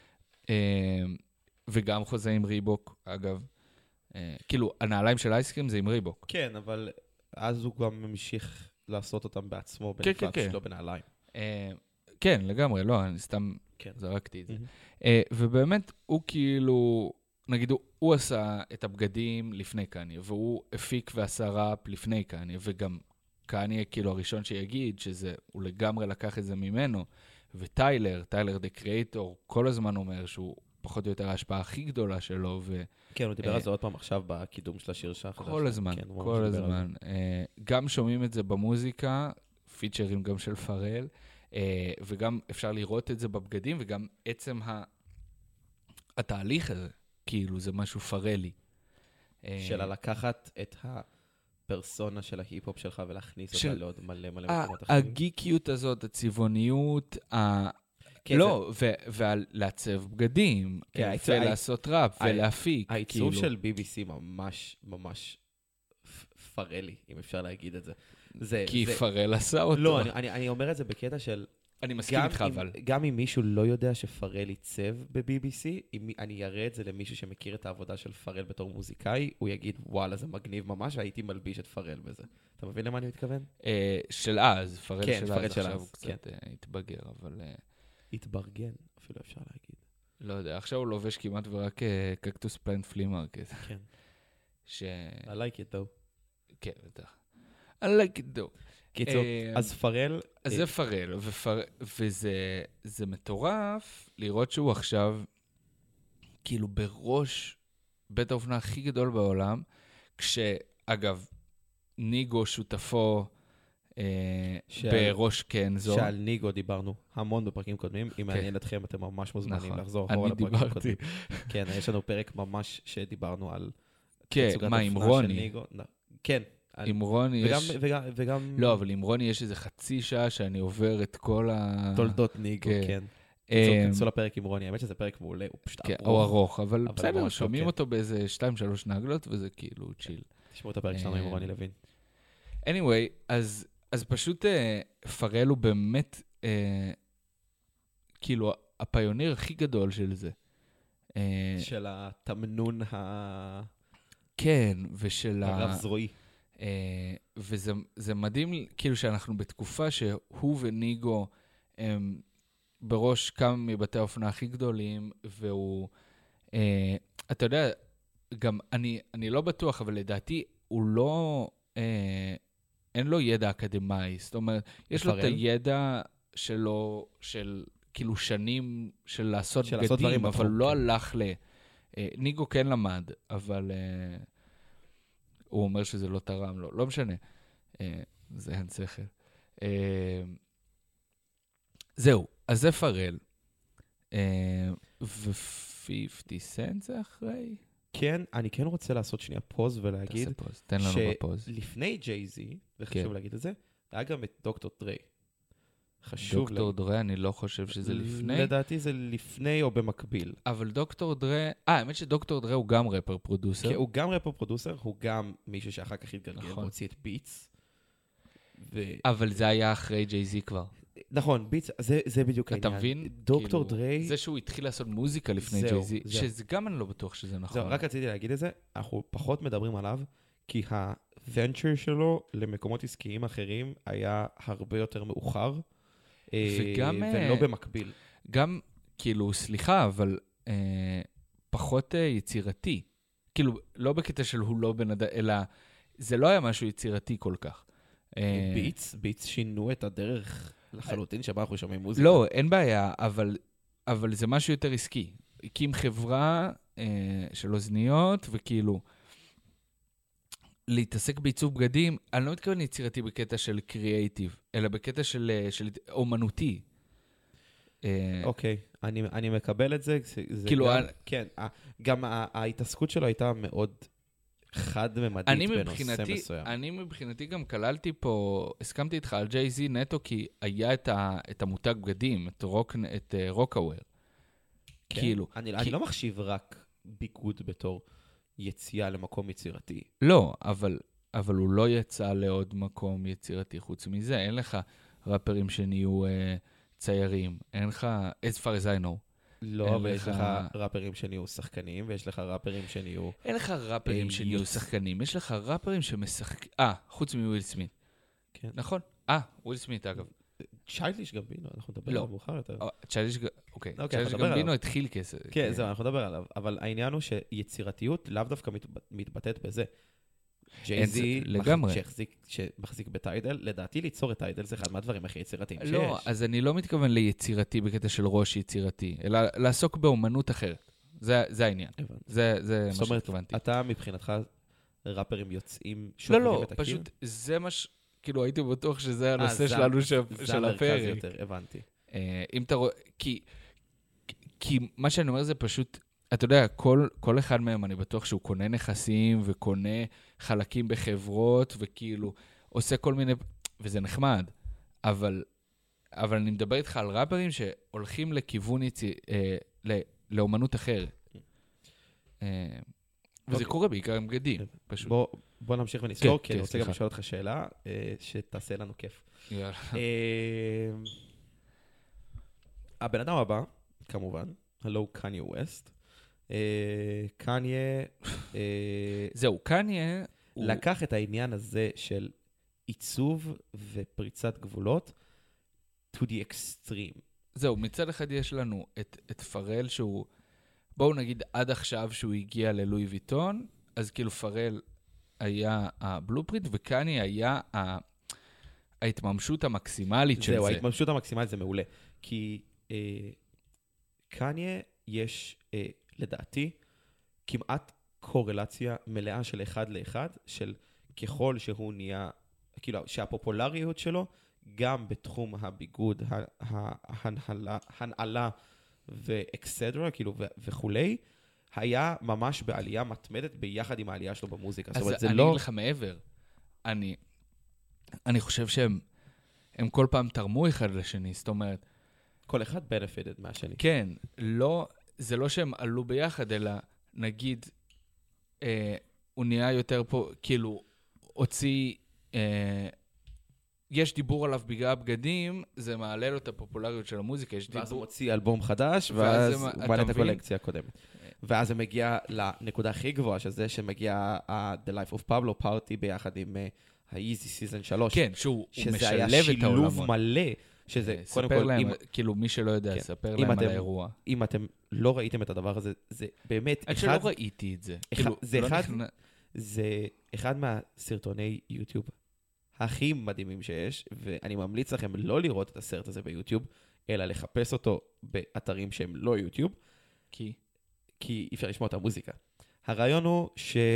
וגם חוזה עם ריבוק, אגב. כאילו, הנעליים של האייסקרים זה עם ריבוק. כן, אבל אז הוא גם ממשיך לעשות אותם בעצמו, בנפרד שלו בנעליים. כן, לגמרי, לא, אני סתם זרקתי את זה. ובאמת, הוא כאילו, נגיד, הוא עשה את הבגדים לפני קניה, והוא הפיק ועשה ראפ לפני קניה, וגם קניה, כאילו, הראשון שיגיד שהוא לגמרי לקח את זה ממנו, וטיילר דה קריאטור, כל הזמן אומר שהוא פחות או יותר ההשפעה הכי גדולה שלו. כן, הוא דיבר על זה עוד פעם עכשיו בקידום של השיר שלך. כל הזמן, כל הזמן. גם שומעים את זה במוזיקה, פיצ'רים גם של פרל, וגם אפשר לראות את זה בבגדים, וגם עצם התהליך הזה, כאילו זה משהו פרלי. של לקחת את הפרסונה של ההיפ-הופ שלך ולהכניס אותה לעוד מלא מקומות אחרים. הגיקיות הזאת, הצבעוניות, לא, ולעצב בגדים, ולעשות ראפ, ולהפיק. העיצוב של BBC ממש ממש פרלי, אם אפשר להגיד את זה. כי פרל עשה אותו. לא, אני אומר את זה בקטע של... אני מסכים איתך, אבל... גם אם מישהו לא יודע שפרל עיצב ב-BBC, אם אני אראה את זה למישהו שמכיר את העבודה של פרל בתור מוזיקאי, הוא יגיד, וואלה, זה מגניב ממש, והייתי מלביש את פרל בזה. אתה מבין למה אני מתכוון? של אז, פרל כן, של פרל אז, של עכשיו אז, הוא קצת התבגר, אבל... התברגן, אפילו אפשר להגיד. לא יודע, עכשיו הוא לובש כמעט ורק קקטוס פלנט פלי מרקט. כן. I like it though. כן, בטח. I like it though. קיצור, אז פרל... אז זה פרל, וזה מטורף לראות שהוא עכשיו, כאילו בראש בית האופנה הכי גדול בעולם, כשאגב, ניגו שותפו בראש קנזו. שעל ניגו דיברנו המון בפרקים קודמים, אם מעניין אתכם אתם ממש מוזמנים לחזור אחורה לפרקים קודמים. כן, יש לנו פרק ממש שדיברנו על... כן, מה, עם רוני? כן. עם רוני יש... וגם... לא, אבל עם רוני יש איזה חצי שעה שאני עובר את כל תולדות ניגו, כן. כנסו לפרק עם רוני, האמת שזה פרק מעולה, הוא פשוט ארוך. הוא ארוך, אבל בסדר, שומעים אותו באיזה 2-3 נגלות, וזה כאילו צ'יל. תשמעו את הפרק שלנו עם רוני לוין. anyway, אז פשוט פרל הוא באמת כאילו הפיוניר הכי גדול של זה. של התמנון כן, ושל הרב זרועי. וזה מדהים כאילו שאנחנו בתקופה שהוא וניגו הם בראש כמה מבתי האופנה הכי גדולים, והוא, אתה יודע, גם אני לא בטוח, אבל לדעתי הוא לא, אין לו ידע אקדמי, זאת אומרת, יש לו את הידע שלו, של כאילו שנים של לעשות בגדים, אבל לא הלך ניגו כן למד, אבל הוא אומר שזה לא תרם לו, לא משנה, זה אין שכל. זהו, אז זה פרל, ו-50 סנט זה אחרי? כן, אני כן רוצה לעשות שנייה פוז ולהגיד, תן לנו בפוז. שלפני ג'יי-זי, וחשוב להגיד את זה, היה גם את דוקטור דריי. חשוב דוקטור דריי, אני לא חושב שזה לפני. לדעתי זה לפני או במקביל. אבל דוקטור דריי, האמת שדוקטור דריי הוא גם רפר פרודוסר. כן, הוא גם רפר פרודוסר, הוא גם מישהו שאחר כך התגלגל והוציא את ביטס. אבל זה היה אחרי ג'יי-זי כבר. נכון, ביטס, זה בדיוק העניין. אתה מבין? דוקטור דריי... זה שהוא התחיל לעשות מוזיקה לפני ג'יי-זי, שזה גם אני לא בטוח שזה נכון. זהו, רק רציתי להגיד את זה, אנחנו פחות מדברים עליו, כי הוונצ'ר שלו למקומות עסקיים אחרים היה הרבה יותר מאוחר, ולא במקביל. גם, כאילו, סליחה, אבל פחות יצירתי. כאילו, לא בקטע של הוא לא בן אדם, אלא זה לא היה משהו יצירתי כל כך. ביטס שינו את הדרך לחלוטין שבה אנחנו שומעים מוזיקה. לא, אין בעיה, אבל זה משהו יותר עסקי. הקים חברה של אוזניות, וכאילו, להתעסק בעיצוב בגדים, אני לא מתכוון יצירתי בקטע של קריאייטיב, אלא בקטע של אומנותי. אוקיי, אני מקבל את זה. כאילו, כן, גם ההתעסקות שלו הייתה מאוד חד-ממדית בנושא מסוים. אני מבחינתי גם כללתי פה, הסכמתי איתך על ג'יי-זי נטו, כי היה את המותג בגדים, את רוקאוור. כאילו. אני לא מחשיב רק ביגוד בתור יציאה למקום יצירתי. לא, אבל הוא לא יצא לעוד מקום יצירתי חוץ מזה. אין לך ראפרים שנהיו ציירים. אין לך, as far as I know. לא, אבל יש לך ראפרים שנהיו שחקנים, ויש לך ראפרים שנהיו... אין לך ראפרים שנהיו שחקנים, יש לך ראפרים שמשחקים... חוץ מוויל סמית. כן. נכון? וויל סמית, אגב. צ'יילדיש גמבינו, אנחנו נדבר עליו מאוחר יותר. צ'יילדיש גמבינו התחיל כסף. כן, זהו, אנחנו נדבר עליו. אבל העניין הוא שיצירתיות לאו דווקא מתבטאת בזה. ג'יי-זי, שמחזיק בטיידל, לדעתי ליצור את טיידל זה אחד מהדברים הכי יצירתיים שיש. לא, אז אני לא מתכוון ליצירתי בקטע של ראש יצירתי, אלא לעסוק באומנות אחרת. זה העניין. זה מה שהתכוונתי. אתה מבחינתך ראפרים יוצאים שוברים את הקיר? לא, פשוט זה מה כאילו הייתי בטוח שזה הנושא שלנו של הפרק. זה המרכז יותר, הבנתי. אם אתה רואה, כי מה שאני אומר זה פשוט, אתה יודע, כל אחד מהם אני בטוח שהוא קונה נכסים וקונה חלקים בחברות וכאילו עושה כל מיני, וזה נחמד, אבל אני מדבר איתך על ראפרים שהולכים לכיוון לאומנות אחרת. וזה קורה בעיקר עם בגדים, פשוט. בוא נמשיך ונסגור, כי אני רוצה גם לשאול אותך שאלה שתעשה לנו כיף. הבן אדם הבא, כמובן, הלו קניה ווסט. קניה... זהו, קניה... לקח את העניין הזה של עיצוב ופריצת גבולות to the extreme. זהו, מצד אחד יש לנו את פרל שהוא... בואו נגיד עד עכשיו שהוא הגיע ללואי ויטון, אז כאילו פרל היה הבלופרינט, וקניה היה ההתממשות המקסימלית של זה. זהו, ההתממשות המקסימלית זה מעולה. כי קניה יש, לדעתי, כמעט קורלציה מלאה של אחד לאחד, של ככל שהוא נהיה, כאילו, שהפופולריות שלו, גם בתחום הביגוד, הנעלה ואקסדרה, כאילו, וכולי, היה ממש בעלייה מתמדת ביחד עם העלייה שלו במוזיקה. אז אני אגיד לך מעבר. אני חושב שהם כל פעם תרמו אחד לשני, זאת אומרת... כל אחד benefited מהשני. כן, זה לא שהם עלו ביחד, אלא נגיד, הוא נהיה יותר פה, כאילו, הוציא... יש דיבור עליו בגלל הבגדים, זה מעלה לו את הפופולריות של המוזיקה. ואז הוא מוציא אלבום חדש, ואז הוא מעלה את הקולקציה הקודמת. ואז זה מגיע לנקודה הכי גבוהה, שזה שמגיע The Life of Pablo Party ביחד עם ה-Easy Season 3. כן, שהוא משלב את העולמות. שזה היה שילוב מלא, שזה קודם כל... כאילו מי שלא יודע, ספר להם על האירוע. אם אתם לא ראיתם את הדבר הזה, זה באמת אחד... עד שלא ראיתי את זה. זה אחד מהסרטוני יוטיוב הכי מדהימים שיש, ואני ממליץ לכם לא לראות את הסרט הזה ביוטיוב, אלא לחפש אותו באתרים שהם לא יוטיוב. כי אפשר לשמוע את המוזיקה. הרעיון הוא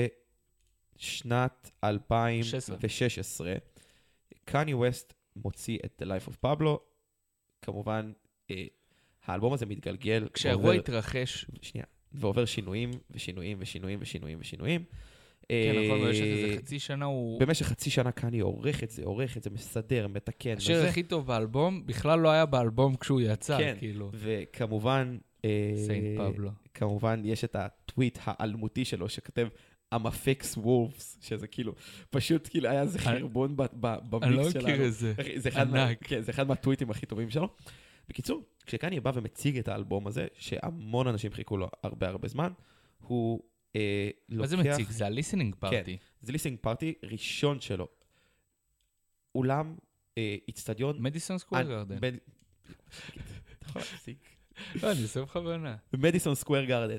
ששנת 2016, קניה ווסט מוציא את The Life of Pablo, כמובן האלבום הזה מתגלגל. כשהאירוע התרחש. שנייה. ועובר שינויים ושינויים ושינויים ושינויים ושינויים. כן, נכון, במשך איזה חצי שנה הוא... במשך חצי שנה קניה עורך את זה, מסדר, מתקן. השיר הכי טוב באלבום, בכלל לא היה באלבום כשהוא יצא, כאילו. וכמובן... סיינט פבלו. כמובן, יש את הטוויט האלמותי שלו, שכתב, I'm a fix wolves, שזה כאילו, פשוט כאילו היה איזה חרבון במיקס שלנו. אני לא מכיר את זה. זה אחד מהטוויטים הכי טובים שלו. בקיצור, כשקניה בא ומציג את האלבום הזה, שהמון אנשים חיכו לו הרבה זמן, הוא לוקח... מה זה מציג? זה ה-listening party. כן, זה listening party ראשון שלו. אולם, אצטדיון... מדיסון סקוואר גארדן. אתה יכול להפסיק. לא, אני עושה בכוונה. מדיסון סקוואר גארדן.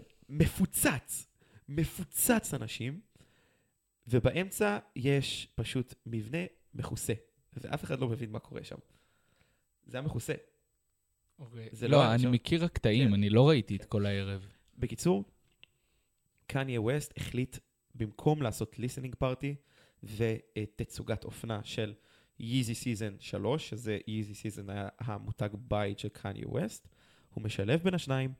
מפוצץ אנשים, ובאמצע יש פשוט מבנה מכוסה, ואף אחד לא מבין מה קורה שם. זה היה מכוסה. לא, אני מכיר הקטעים, אני לא ראיתי את כל הערב. בקיצור, קניה ווסט החליט, במקום לעשות listening party, ותצוגת אופנה של Yeezy Season 3, שזה Yeezy Season היה המותג בית של קניה ווסט, הוא משלב בין השניים,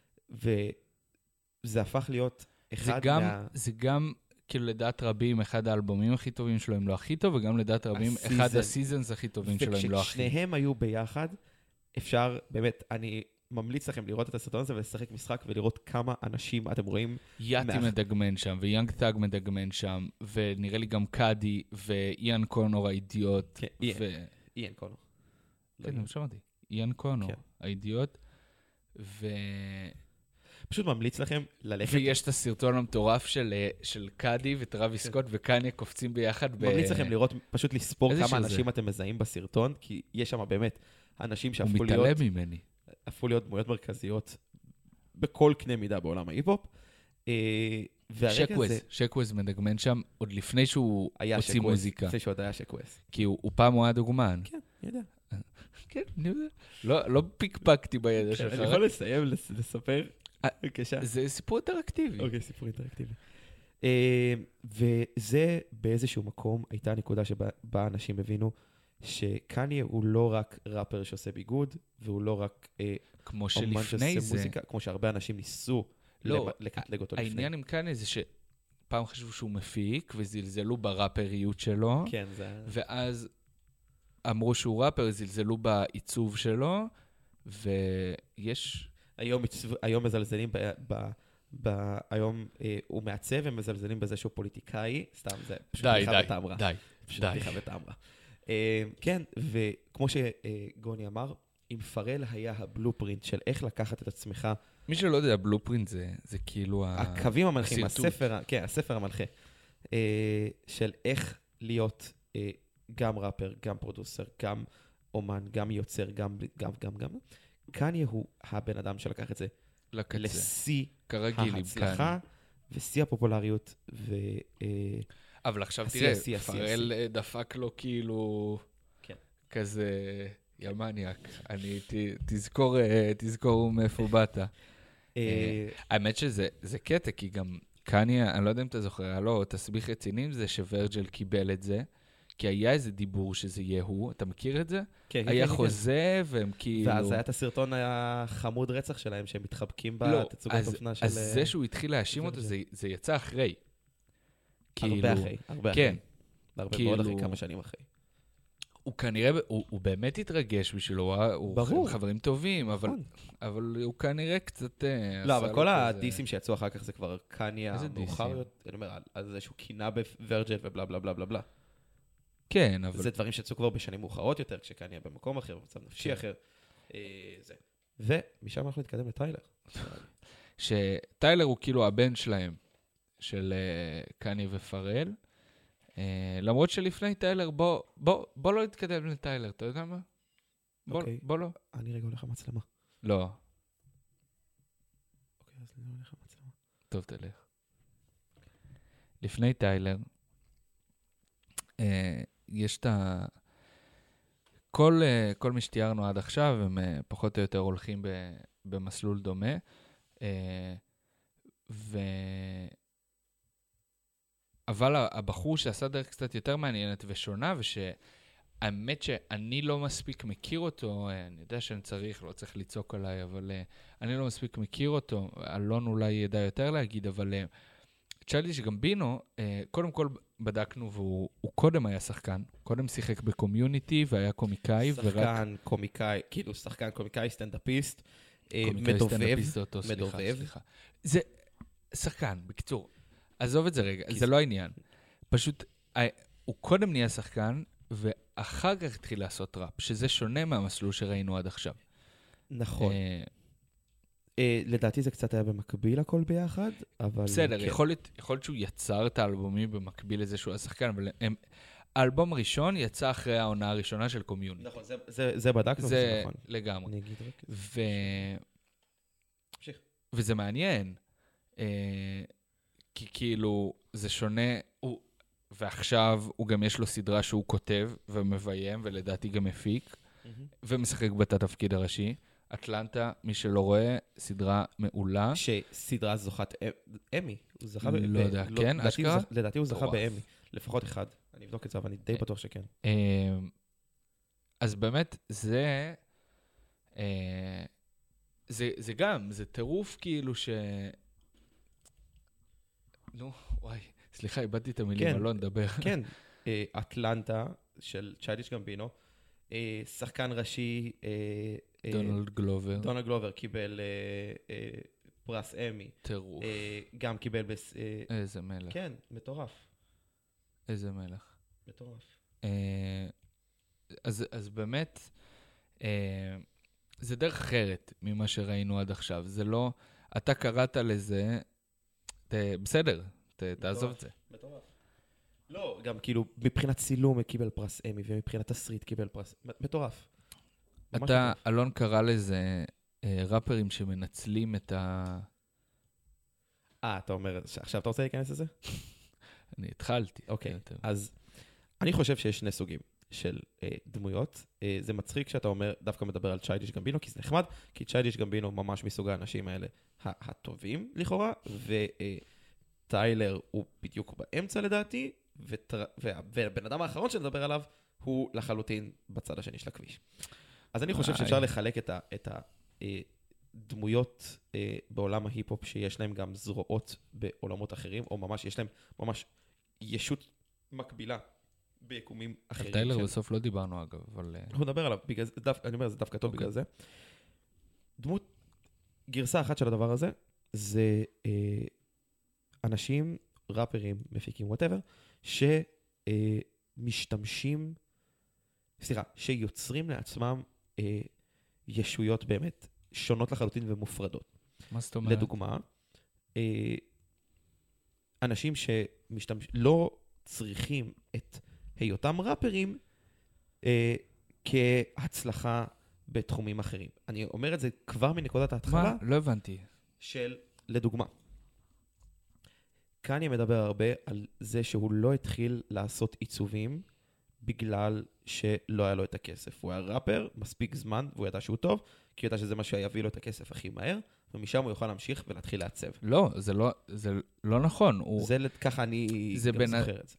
וזה הפך להיות אחד זה גם, כאילו לדעת רבים, אחד האלבומים הכי טובים שלו, אם לא הכי טוב, וגם לדעת רבים, אחד הסיזנס הכי טובים שלו, אם לא הכי. וכששניהם היו ביחד, אפשר, באמת, אני ממליץ לכם לראות את הסרטון הזה ולשחק משחק ולראות כמה אנשים אתם רואים. יאטי מדגמן שם, ויאנג טאג מדגמן שם, ונראה לי גם קאדי, ואיאן קונור האידיוט. איאן קונור. כן, אני שמעתי. איאן קונור, האידיוט. פשוט ממליץ לכם ללכת. ויש את הסרטון המטורף של קאדי וטראביס סקוט וקניה קופצים ביחד. ממליץ לכם לראות, פשוט לספור כמה אנשים אתם מזהים בסרטון, כי יש שם באמת אנשים שהפכו להיות... הוא מתעלם ממני. הפכו להיות דמויות מרכזיות בכל קנה מידה בעולם ההיפ-הופ. שקוויז מדגמן שם עוד לפני שהוא הוציא מוזיקה. לפני שהוא עוד היה שקוויז. כי הוא פעם הוא היה דוגמן. כן, אני יודע. כן, אני יודע. לא פיקפקתי בידע שלך. אני יכול לסיים, לספר? זה סיפור אינטראקטיבי. אוקיי, סיפור אינטראקטיבי. וזה באיזשהו מקום הייתה הנקודה שבה אנשים הבינו שקניה הוא לא רק ראפר שעושה ביגוד, והוא לא רק כמו שלפני זה, מוזיקה, כמו שהרבה אנשים ניסו לקטלג אותו לפני. העניין עם קניה זה שפעם חשבו שהוא מפיק, וזלזלו בראפריות שלו, כן, זה... ואז אמרו שהוא ראפר, זלזלו בעיצוב שלו, ויש... היום מזלזלים היום הוא מעצב, הם מזלזלים בזה שהוא פוליטיקאי, סתם, זה פשוט בדיחה וטעם. די. בדיחה וטעם. כן, וכמו שגוני אמר, אם פרל היה הבלופרינט של איך לקחת את עצמך... מי שלא יודע, הבלופרינט זה כאילו... הקווים המנחים, הספר המנחה, של איך להיות גם ראפר, גם פרודוסר, גם אומן, גם יוצר, גם. קניה הוא הבן אדם שלקח את זה לשיא ההצלחה ושיא הפופולריות. אבל עכשיו תראה, פרל דפק לו כאילו כזה ימניאק. תזכור מאיפה באת. האמת שזה קטע, כי גם קניה, אני לא יודע אם אתה זוכר, היה לו תסביך רצינים זה שוורג'ל קיבל את זה. כי היה איזה דיבור שזה יהיה הוא, אתה מכיר את זה? כן, היה חוזה, והם כאילו... ואז היה את הסרטון החמוד רצח שלהם, שהם מתחבקים בתצוגת אופנה של... אז זה שהוא התחיל להאשים אותו, זה יצא אחרי. הרבה אחרי. כן. הרבה מאוד אחרי, כמה שנים אחרי. הוא כנראה, הוא באמת התרגש בשבילו, הוא חברים טובים, אבל הוא כנראה קצת... לא, אבל כל הדיסים שיצאו אחר כך זה כבר קניה מאוחר, אני אומר, על זה שהוא קינה בוורג'ל ובלה בלה בלה בלה בלה. כן, אבל... זה דברים שיצאו כבר בשנים מאוחרות יותר, כשקניה במקום אחר, במצב נפשי אחר. ומשם אנחנו נתקדם לטיילר. שטיילר הוא כאילו הבן שלהם, של קניה ופרל. למרות שלפני טיילר, בוא לא נתקדם לטיילר, אתה יודע מה? בוא לא. אני רגע הולך למצלמה. לא. אוקיי, אז אני הולך למצלמה. טוב, תלך. לפני טיילר, יש את כל מי שתיארנו עד עכשיו, הם פחות או יותר הולכים במסלול דומה, אבל הבחור שעשה דרך קצת יותר מעניינת ושונה, האמת שאני לא מספיק מכיר אותו, אני יודע שאני לא צריך לצעוק עליי, אבל אני לא מספיק מכיר אותו, אלון אולי ידע יותר להגיד, אבל צ'יילדיש גמבינו, קודם כל בדקנו, והוא קודם היה שחקן, קודם שיחק בקומיוניטי והיה קומיקאי. שחקן, קומיקאי, כאילו שחקן, קומיקאי, סטנדאפיסט, מדובב. זה שחקן, בקיצור. עזוב את זה רגע, זה לא העניין. פשוט, הוא קודם נהיה שחקן, ואחר כך התחיל לעשות ראפ, שזה שונה מהמסלול שראינו עד עכשיו. נכון. לדעתי זה קצת היה במקביל הכל ביחד, אבל... בסדר, יכול להיות שהוא יצר את האלבומים במקביל לזה שהוא השחקן, אבל האלבום הראשון יצא אחרי העונה הראשונה של קומיוניטי. נכון, זה בדקנו, זה נכון. זה לגמרי. אני אגיד רק... וזה מעניין, כי כאילו זה שונה, ועכשיו הוא גם יש לו סדרה שהוא כותב ומביים, ולדעתי גם מפיק, ומשחק בתת התפקיד הראשי. אטלנטה, מי שלא רואה, סדרה מעולה. שסדרה זוכת אמי. לא יודע, כן? אשכרה? לדעתי הוא זכה באמי. לפחות אחד. אני אבדוק את זה, אבל אני די בטוח שכן. אז באמת, זה גם, זה טירוף כאילו ש... נו, וואי, סליחה, איבדתי את המילים, לא נדבר. כן, אטלנטה של צ'יילדיש גמבינו, שחקן ראשי... דונלד גלובר. דונלד גלובר קיבל פרס אמי. טירוף. גם קיבל... איזה מלך. כן, מטורף. איזה מלך. מטורף. אז באמת, זה דרך אחרת ממה שראינו עד עכשיו. זה לא... אתה קראת לזה... בסדר, תעזוב את זה. מטורף. לא, גם כאילו, מבחינת צילום קיבל פרס אמי, ומבחינת תסריט קיבל פרס... מטורף. אתה, אלון קרא לזה ראפרים שמנצלים את ה... אתה אומר, עכשיו אתה רוצה להיכנס לזה? אני התחלתי. אוקיי, אז אני חושב שיש שני סוגים של דמויות. זה מצחיק שאתה אומר, דווקא מדבר על צ'יילדיש גמבינו, כי זה נחמד, כי צ'יילדיש גמבינו ממש מסוג האנשים האלה הטובים לכאורה, וטיילר הוא בדיוק באמצע לדעתי, והבן אדם האחרון שנדבר עליו הוא לחלוטין בצד השני של הכביש. אז אני חושב שאפשר לחלק את הדמויות בעולם ההיפ-הופ שיש להם גם זרועות בעולמות אחרים, או ממש יש להם ממש ישות מקבילה ביקומים אחרים. על טיילר בסוף לא דיברנו אגב, אבל... אנחנו נדבר עליו, אני אומר, זה דווקא טוב בגלל זה. דמות, גרסה אחת של הדבר הזה, זה אנשים, ראפרים, מפיקים, whatever, שמשתמשים, שיוצרים לעצמם ישויות באמת שונות לחלוטין ומופרדות. מה זאת אומרת? לדוגמה, אנשים לא צריכים את היותם ראפרים כהצלחה בתחומים אחרים. אני אומר את זה כבר מנקודת ההתחלה. מה? לא הבנתי. לדוגמה, קניה מדבר הרבה על זה שהוא לא התחיל לעשות עיצובים בגלל שלא היה לו את הכסף. הוא היה ראפר מספיק זמן, והוא ידע שהוא טוב, כי הוא ידע שזה מה שיביא לו את הכסף הכי מהר, ומשם הוא יוכל להמשיך ולהתחיל לעצב. לא, זה לא נכון. ככה אני גם זוכר את זה.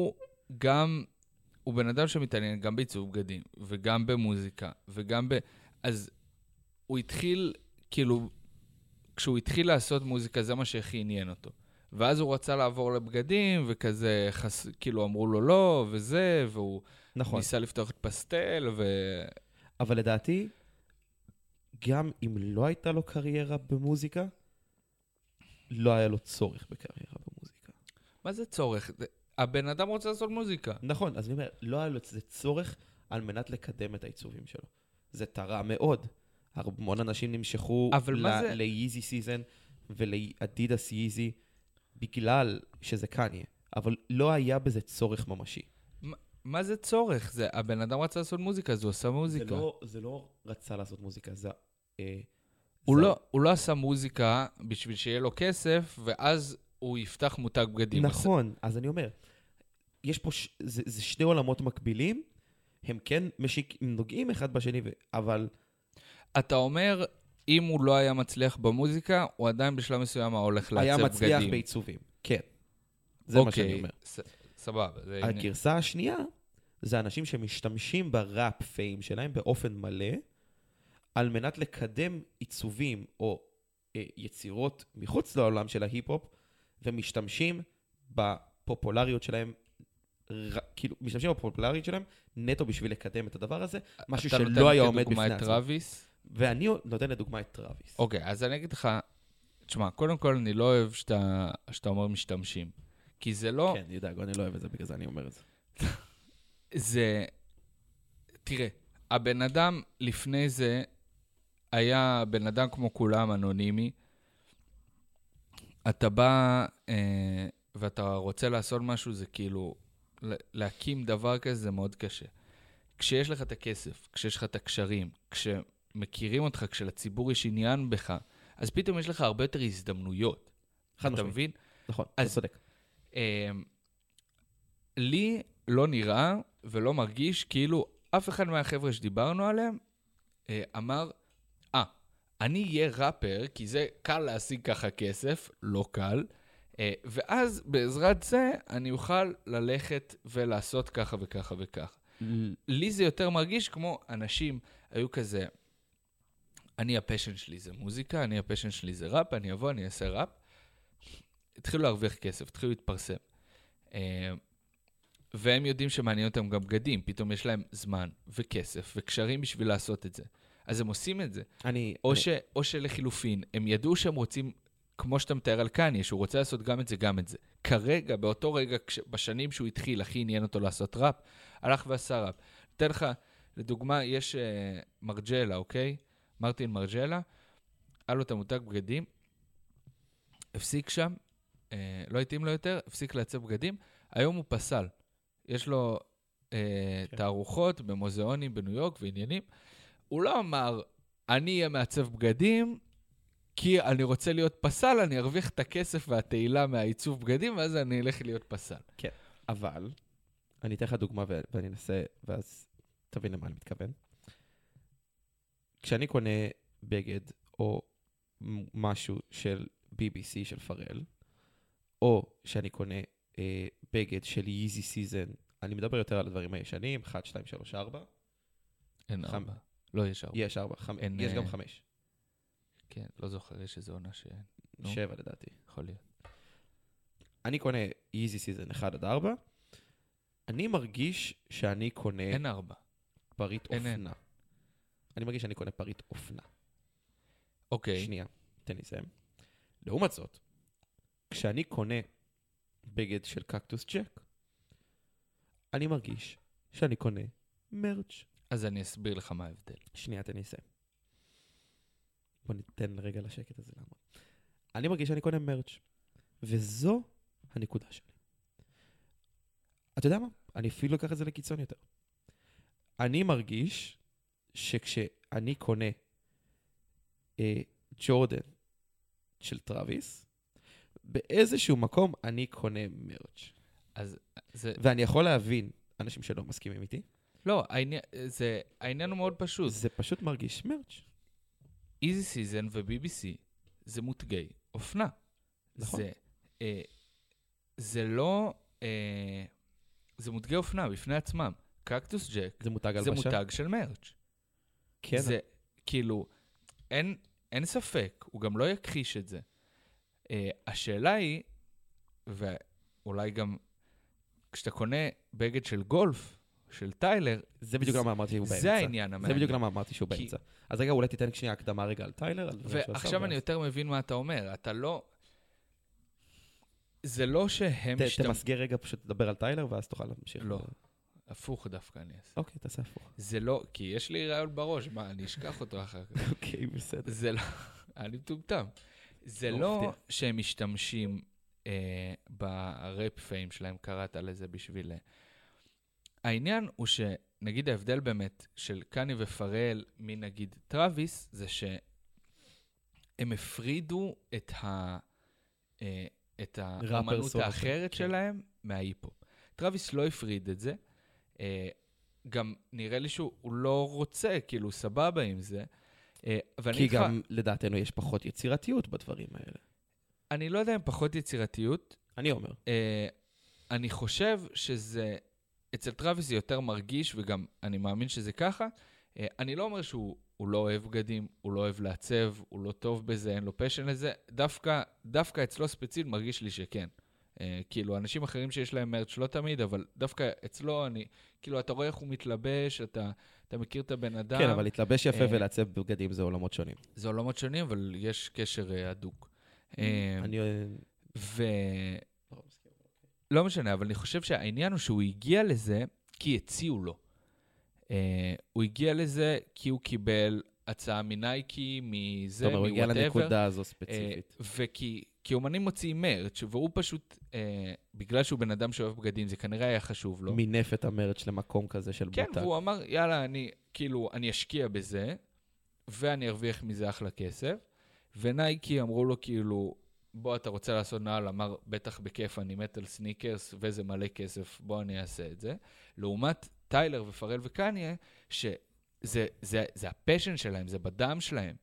הוא בן אדם שמתעניין גם בעיצוב בגדים, וגם במוזיקה, וגם אז הוא התחיל, כאילו, כשהוא התחיל לעשות מוזיקה, זה מה שהכי עניין אותו. ואז הוא רצה לעבור לבגדים, וכזה, כאילו אמרו לו לא, וזה, והוא ניסה לפתוח את פסטל, אבל לדעתי, גם אם לא הייתה לו קריירה במוזיקה, לא היה לו צורך בקריירה במוזיקה. מה זה צורך? הבן אדם רוצה לעשות מוזיקה. נכון, אז אני אומר, לא היה לו צורך על מנת לקדם את העיצובים שלו. זה תרע מאוד. המון אנשים נמשכו ליזי סיזן ולאדידס יזי, בגלל שזה קניה, אבל לא היה בזה צורך ממשי. מה זה צורך? הבן אדם רצה לעשות מוזיקה, אז הוא עשה מוזיקה. זה לא רצה לעשות מוזיקה, הוא לא עשה מוזיקה בשביל שיהיה לו כסף, ואז הוא יפתח מותג בגדים. נכון, אז אני אומר, יש פה, זה שני עולמות מקבילים, הם כן נוגעים אחד בשני, אבל... אתה אומר, אם הוא לא היה מצליח במוזיקה, הוא עדיין בשלב מסוים הולך לעצב בגדים. היה מצליח בעיצובים, כן. זה מה שאני אומר. סבבה. הגרסה השנייה, זה אנשים שמשתמשים בראפ פיים שלהם באופן מלא, על מנת לקדם עיצובים או יצירות מחוץ לעולם של ההיפ-הופ, ומשתמשים בפופולריות שלהם, כאילו, משתמשים בפופולריות שלהם נטו בשביל לקדם את הדבר הזה, משהו שלא היה עומד בפני עצמו. אתה נותן כדוגמה את טראביס? ואני נותן לדוגמה את טראביס. אוקיי, אז אני אגיד לך, תשמע, קודם כל אני לא אוהב שאתה אומר משתמשים, כי זה לא... כן, ידע, אני לא אוהב את זה, בגלל זה אני אומר את זה. זה... תראה, הבן אדם לפני זה היה בן אדם כמו כולם, אנונימי. אתה בא ואתה רוצה לעשות משהו, זה כאילו, להקים דבר כזה זה מאוד קשה. כשיש לך את הכסף, כשיש לך את הקשרים, כשמכירים אותך, כשלציבור יש עניין בך, אז פתאום יש לך הרבה יותר הזדמנויות. אתה מבין? נכון, אתה צודק. לי לא נראה ולא מרגיש כאילו אף אחד מהחבר'ה שדיברנו עליהם אמר, אני אהיה ראפר, כי זה קל להשיג ככה כסף, לא קל, ואז בעזרת זה אני אוכל ללכת ולעשות ככה וככה וככה. לי זה יותר מרגיש כמו אנשים היו כזה, אני הפשן שלי זה מוזיקה, אני הפשן שלי זה ראפ, אני אבוא, אני אעשה ראפ. התחילו להרוויח כסף, התחילו להתפרסם. והם יודעים שמעניין אותם גם בגדים, פתאום יש להם זמן וכסף וקשרים בשביל לעשות את זה. אז הם עושים את זה. או שלחילופין, הם ידעו שהם רוצים, כמו שאתה מתאר על קניה, שהוא רוצה לעשות גם את זה, גם את זה. כרגע, באותו רגע, בשנים שהוא התחיל, הכי עניין אותו לעשות ראפ, הלך ועשה ראפ. נתן לך, לדוגמה, יש מרג'לה, אוקיי? מרטין מרג'לה, היה לו את המותג בגדים, הפסיק שם, לא התאים לו יותר, הפסיק לעצב בגדים, היום הוא פסל. יש לו תערוכות במוזיאונים בניו יורק ועניינים. הוא לא אמר, אני אהיה מעצב בגדים, כי אני רוצה להיות פסל, אני ארוויח את הכסף והתהילה מהעיצוב בגדים, ואז אני אלך להיות פסל. כן, אבל אני אתן לך דוגמה ואני אנסה, ואז תבין למה אני מתכוון. כשאני קונה בגד או משהו של BBC של פרל, או שאני קונה בגד של Yeezy Season, אני מדבר יותר על הדברים הישנים, 1, 2, 3, 4. אין 4. לא, יש 4. יש 4, יש גם 5. כן, לא זוכר, יש איזו עונה ש... 7 לדעתי. יכול להיות. אני קונה Yeezy Season 1 עד 4, אני מרגיש שאני קונה... אין 4. פריט אופנה. אני מרגיש שאני קונה פריט אופנה. אוקיי. שנייה, תן לי לסיים. לעומת זאת, כשאני קונה בגד של קקטוס ג'ק, אני מרגיש שאני קונה מרץ'. אז אני אסביר לך מה ההבדל. שנייה, תן לי לסיים. בוא ניתן רגע לשקט הזה לעמוד. אני מרגיש שאני קונה מרץ', וזו הנקודה שלי. אתה יודע מה? אני אפילו לוקח את זה לקיצון יותר. אני מרגיש שכשאני קונה ג'ורדן של טראביס, באיזשהו מקום אני קונה מרץ'. אז זה... ואני יכול להבין אנשים שלא מסכימים איתי. לא, העניין הוא מאוד פשוט. זה פשוט מרגיש מרץ'. Yeezy Season ו-BBC זה מותגי אופנה. נכון. זה לא... זה מותגי אופנה בפני עצמם. קקטוס ג'ק זה מותג זה מותג של מרץ'. כן. זה כאילו, אין ספק, הוא גם לא יכחיש את זה. השאלה היא, ואולי גם כשאתה קונה בגד של גולף, של טיילר, זה בדיוק למה אמרתי שהוא באמצע. זה העניין המעניין. זה בדיוק למה אמרתי שהוא באמצע. אז רגע, אולי תיתן שנייה הקדמה רגע על טיילר. ועכשיו אני יותר מבין מה אתה אומר. אתה לא... זה לא שהם... תמסגר רגע, פשוט תדבר על טיילר, ואז תוכל להמשיך. לא. הפוך דווקא אני אעשה. אוקיי, תעשה הפוך. זה לא... כי יש לי רעיון בראש, מה, אני אשכח אותו אחר כך. אוקיי, בסדר. זה לא... אני מטומטם. זה לא שהם משתמשים בראפ פיים שלהם, קראת לזה בשביל... העניין הוא שנגיד ההבדל באמת של קני ופרל מנגיד טראביס, זה שהם הפרידו את האמנות האחרת שלהם מההיפ-הופ. טראביס לא הפריד את זה, גם נראה לי שהוא לא רוצה, כאילו סבבה עם זה. כי גם לדעתנו יש פחות יצירתיות בדברים האלה. אני לא יודע אם פחות יצירתיות. אני אומר. אני חושב שזה אצל טראביס זה יותר מרגיש, וגם אני מאמין שזה ככה. אני לא אומר שהוא לא אוהב בגדים, הוא לא אוהב לעצב, הוא לא טוב בזה, אין לו פשן לזה. דווקא אצלו ספציפית מרגיש לי שכן. כאילו, אנשים אחרים שיש להם מרץ' לא תמיד, אבל דווקא אצלו כאילו, אתה רואה איך הוא מתלבש, אתה מכיר את הבן אדם. כן, אבל להתלבש יפה ולעצב בגדים זה עולמות שונים. זה עולמות שונים, אבל יש קשר הדוק. לא משנה, אבל אני חושב שהעניין הוא שהוא הגיע לזה כי הציעו לו. הוא הגיע לזה כי הוא קיבל הצעה מנייקי, מזה, הוא הגיע לנקודה הזו ספציפית. וכי אומנים מוציאים מרץ', והוא פשוט, בגלל שהוא בן אדם שאוהב בגדים, זה כנראה היה חשוב לו. מינף את המרץ' למקום כזה של בוטק. כן, והוא אמר, יאללה, אני אשקיע בזה, ואני ארוויח מזה אחלה כסף. ונייקי אמרו לו, כאילו, בוא, אתה רוצה לעשות נעל, אמר, בטח בכיף, אני מת על סניקרס, וזה מלא כסף, בוא אני אעשה את זה. לעומת טיילר ופרל וקניה, שזה הפשן שלהם, זה בדם שלהם.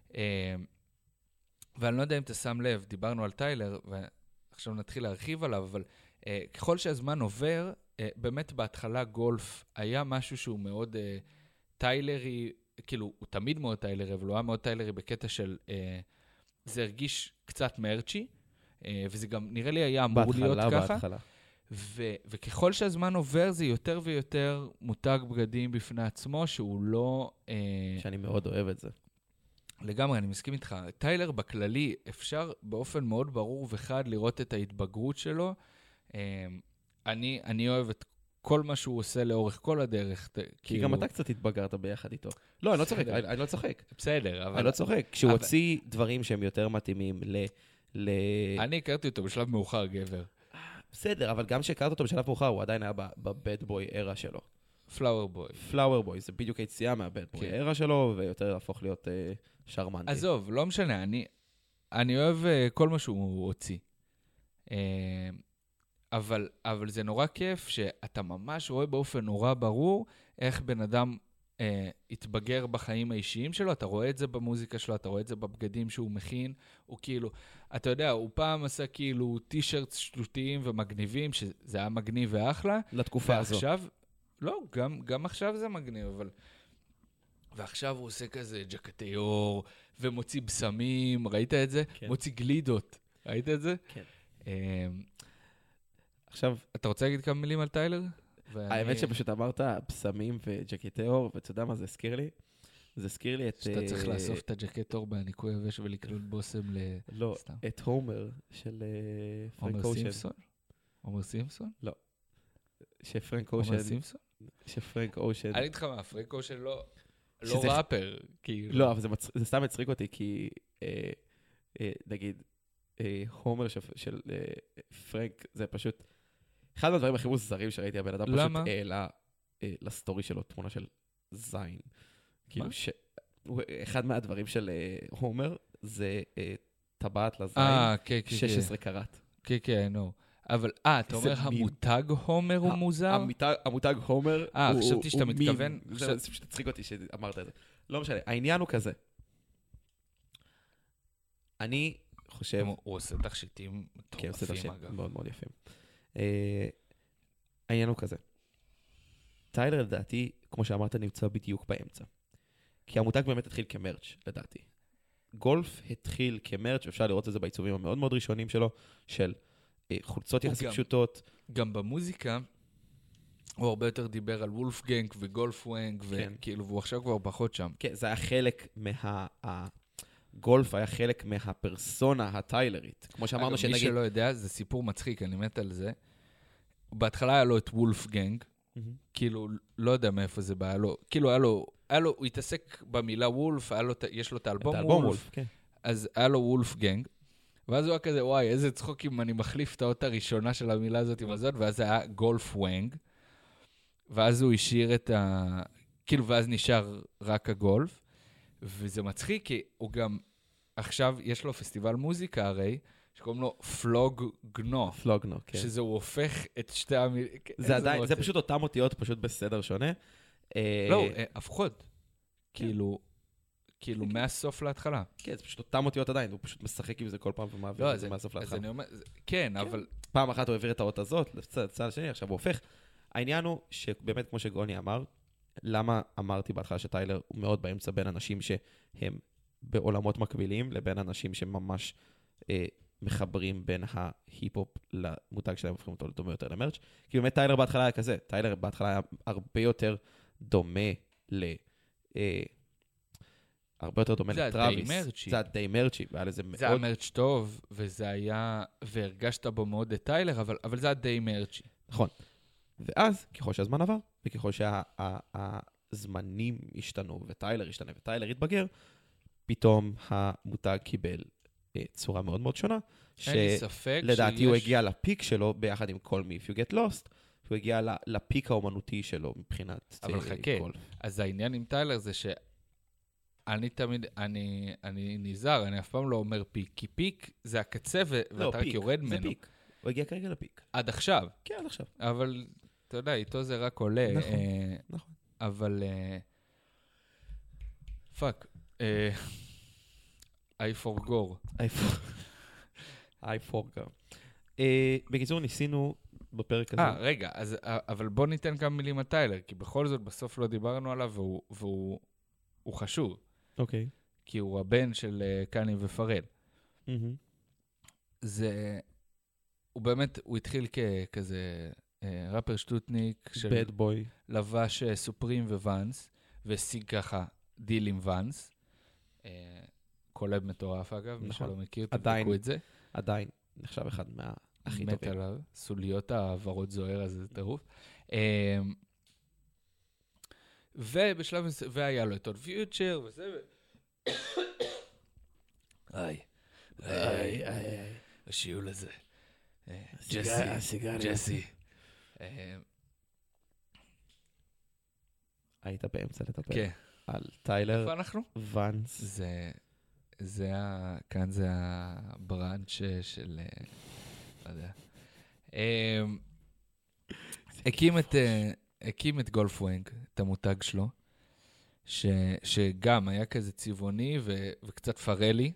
ואני לא יודע אם אתה שם לב, דיברנו על טיילר, ועכשיו נתחיל להרחיב עליו, אבל ככל שהזמן עובר, באמת בהתחלה גולף היה משהו שהוא מאוד טיילרי, כאילו, הוא תמיד מאוד טיילרי, אבל הוא היה מאוד טיילרי בקטע של, זה הרגיש קצת מרצ'י, וזה גם נראה לי היה אמור להיות ככה. בהתחלה. וככל שהזמן עובר, זה יותר ויותר מותג בגדים בפני עצמו, שהוא לא... שאני מאוד אוהב את זה. לגמרי, אני מסכים איתך. טיילר בכללי, אפשר באופן מאוד ברור וחד לראות את ההתבגרות שלו. אני אוהב את כל מה שהוא עושה לאורך כל הדרך. כי גם אתה קצת התבגרת ביחד איתו. לא, אני לא צוחק, אני לא צוחק. בסדר, אבל... אני לא צוחק. כשהוא הוציא דברים שהם יותר מתאימים אני הכרתי אותו בשלב מאוחר, גבר. בסדר, אבל גם שהכרת אותו בשלב מאוחר, הוא עדיין היה בבד בוי ארה שלו. פלאואר בוי. פלאואר בוי, זה בדיוק היציאה מהבד בוי ארה שלו, ויותר להפוך להיות שרמנטי. עזוב, לא משנה, אני אוהב כל מה שהוא הוציא. אבל זה נורא כיף שאתה ממש רואה באופן נורא ברור איך בן אדם התבגר בחיים האישיים שלו, אתה רואה את זה במוזיקה שלו, אתה רואה את זה בבגדים שהוא מכין, הוא כאילו, אתה יודע, הוא פעם עשה כאילו טישרטס שטותיים ומגניבים, שזה היה מגניב ואחלה. לתקופה ועכשיו, הזו. לא, גם עכשיו זה מגניב, אבל... ועכשיו הוא עושה כזה ג'קטי אור, ומוציא בשמים, ראית את זה? כן. מוציא גלידות, ראית את זה? כן. עכשיו, אתה רוצה להגיד כמה מילים על טיילר? האמת שפשוט אמרת בשמים וג'קטי אור, ואתה יודע מה זה הזכיר לי? זה הזכיר לי את... שאתה צריך לאסוף את הג'קט אור בניקוי יבש ולקנות בושם לא, את הומר של פרנק אושן. הומר סימפסון? הומר סימפסון? לא. שפרנק אושן... הומר סימפסון? שפרנק אושן... אני איתך מה, פרנק אושן לא ראפר. לא, אבל זה סתם מצחיק אותי, כי נגיד, הומר של פרנק, זה פשוט... אחד מהדברים הכי מוזרים שראיתי, הבן אדם פשוט העלה לסטורי שלו תמונה של זין. כאילו אחד מהדברים של הומר זה טבעת לזין, 16 קראט. כן, כן, נו. אבל, אתה אומר המותג הומר הוא מוזר? המותג הומר הוא חשבתי שאתה מתכוון. זה פשוט תצחיק אותי שאמרת את זה. לא משנה, העניין הוא כזה. אני חושב... הוא עושה תכשיטים מטורפים, אגב. מאוד מאוד יפים. העניין הוא כזה. טיילר, לדעתי, כמו שאמרת, נמצא בדיוק באמצע. כי המותג באמת התחיל כמרץ', לדעתי. גולף התחיל כמרץ', ואפשר לראות את זה בעיצובים המאוד מאוד ראשונים שלו, של חולצות יחסית פשוטות. גם במוזיקה, הוא הרבה יותר דיבר על וולפגנג וגולף וונג, וכאילו, והוא עכשיו כבר פחות שם. כן, זה היה חלק גולף היה חלק מהפרסונה הטיילרית. כמו שאמרנו שנגיד... מי שלא יודע, זה סיפור מצחיק, אני מת על זה. בהתחלה היה לו את וולפגנג, כאילו, לא יודע מאיפה זה בא, כאילו היה לו, הוא התעסק במילה וולף, יש לו את האלבום וולף, אז היה לו וולפגנג, ואז הוא היה כזה, וואי, איזה צחוק אם אני מחליף את האות הראשונה של המילה הזאת עם הזאת, ואז היה גולף וונג, ואז הוא השאיר את כאילו, ואז נשאר רק הגולף, וזה מצחיק, כי הוא גם, עכשיו יש לו פסטיבל מוזיקה הרי, שקוראים לו פלוגנו. פלוגנו, כן. שזה הוא הופך את שתי המילים. זה פשוט אותם אותיות, פשוט בסדר שונה. לא, הפכות. כאילו מהסוף להתחלה. כן, זה פשוט אותם אותיות עדיין, הוא פשוט משחק עם זה כל פעם ומעביר את זה מהסוף להתחלה. כן, אבל... פעם אחת הוא העביר את האות הזאת, לצד השני, עכשיו הוא הופך. העניין הוא שבאמת, כמו שגוני אמר, למה אמרתי בהתחלה שטיילר הוא מאוד באמצע בין אנשים שהם בעולמות מקבילים, לבין אנשים שממש מחברים בין ההיפ-הופ למותג שלהם, הופכים אותו לדומה יותר למרץ'. כי באמת טיילר בהתחלה היה כזה, טיילר בהתחלה היה הרבה יותר דומה הרבה יותר דומה לטראביס. זה היה די מרצ'י. זה היה מרץ' טוב, וזה היה, והרגשת בו מאוד את טיילר, אבל זה היה די מרצ'י. נכון. ואז, ככל שהזמן עבר, וככל שהזמנים השתנו, וטיילר השתנה, וטיילר התבגר, פתאום המותג קיבל צורה מאוד מאוד שונה, שלדעתי הוא הגיע לפיק שלו ביחד עם Call Me If You Get Lost, הוא הגיע לפיק האומנותי שלו מבחינת... אבל חכה, אז העניין עם טיילר זה שאני תמיד, אני נזהר, אני אף פעם לא אומר פיק, כי פיק זה הקצה ואתה רק יורד ממנו. זה פיק, הוא הגיע כרגע לפיק. עד עכשיו. כן, עד עכשיו. אבל, אתה יודע, איתו זה רק עולה. נכון. אבל, פאק, I forgot. בקיצור, ניסינו בפרק הזה. רגע, אבל בוא ניתן כמה מילים על טיילר, כי בכל זאת בסוף לא דיברנו עליו, והוא חשוב. אוקיי. כי הוא הבן של קני ופרל. הוא באמת, הוא התחיל ככזה ראפר שטוטניק, של בד בוי. לבש סופרים וואנס, והשיג ככה דיל עם ואנס. קולב מטורף אגב, מי שלא מכיר, תבדקו את זה. עדיין נחשב אחד מהכי טובים. מת עליו, סוליות העברות זוהר, אז זה טירוף. ובשלב, והיה לו את עוד פיוטשר, וזה, השיעול הזה. ג'סי. היית באמצע לטפל. כן. על טיילר. איפה אנחנו? ואנס. כאן זה הברנץ' של, לא יודע. הקים את גולפווינג, את המותג שלו, שגם היה כזה צבעוני וקצת פרלי,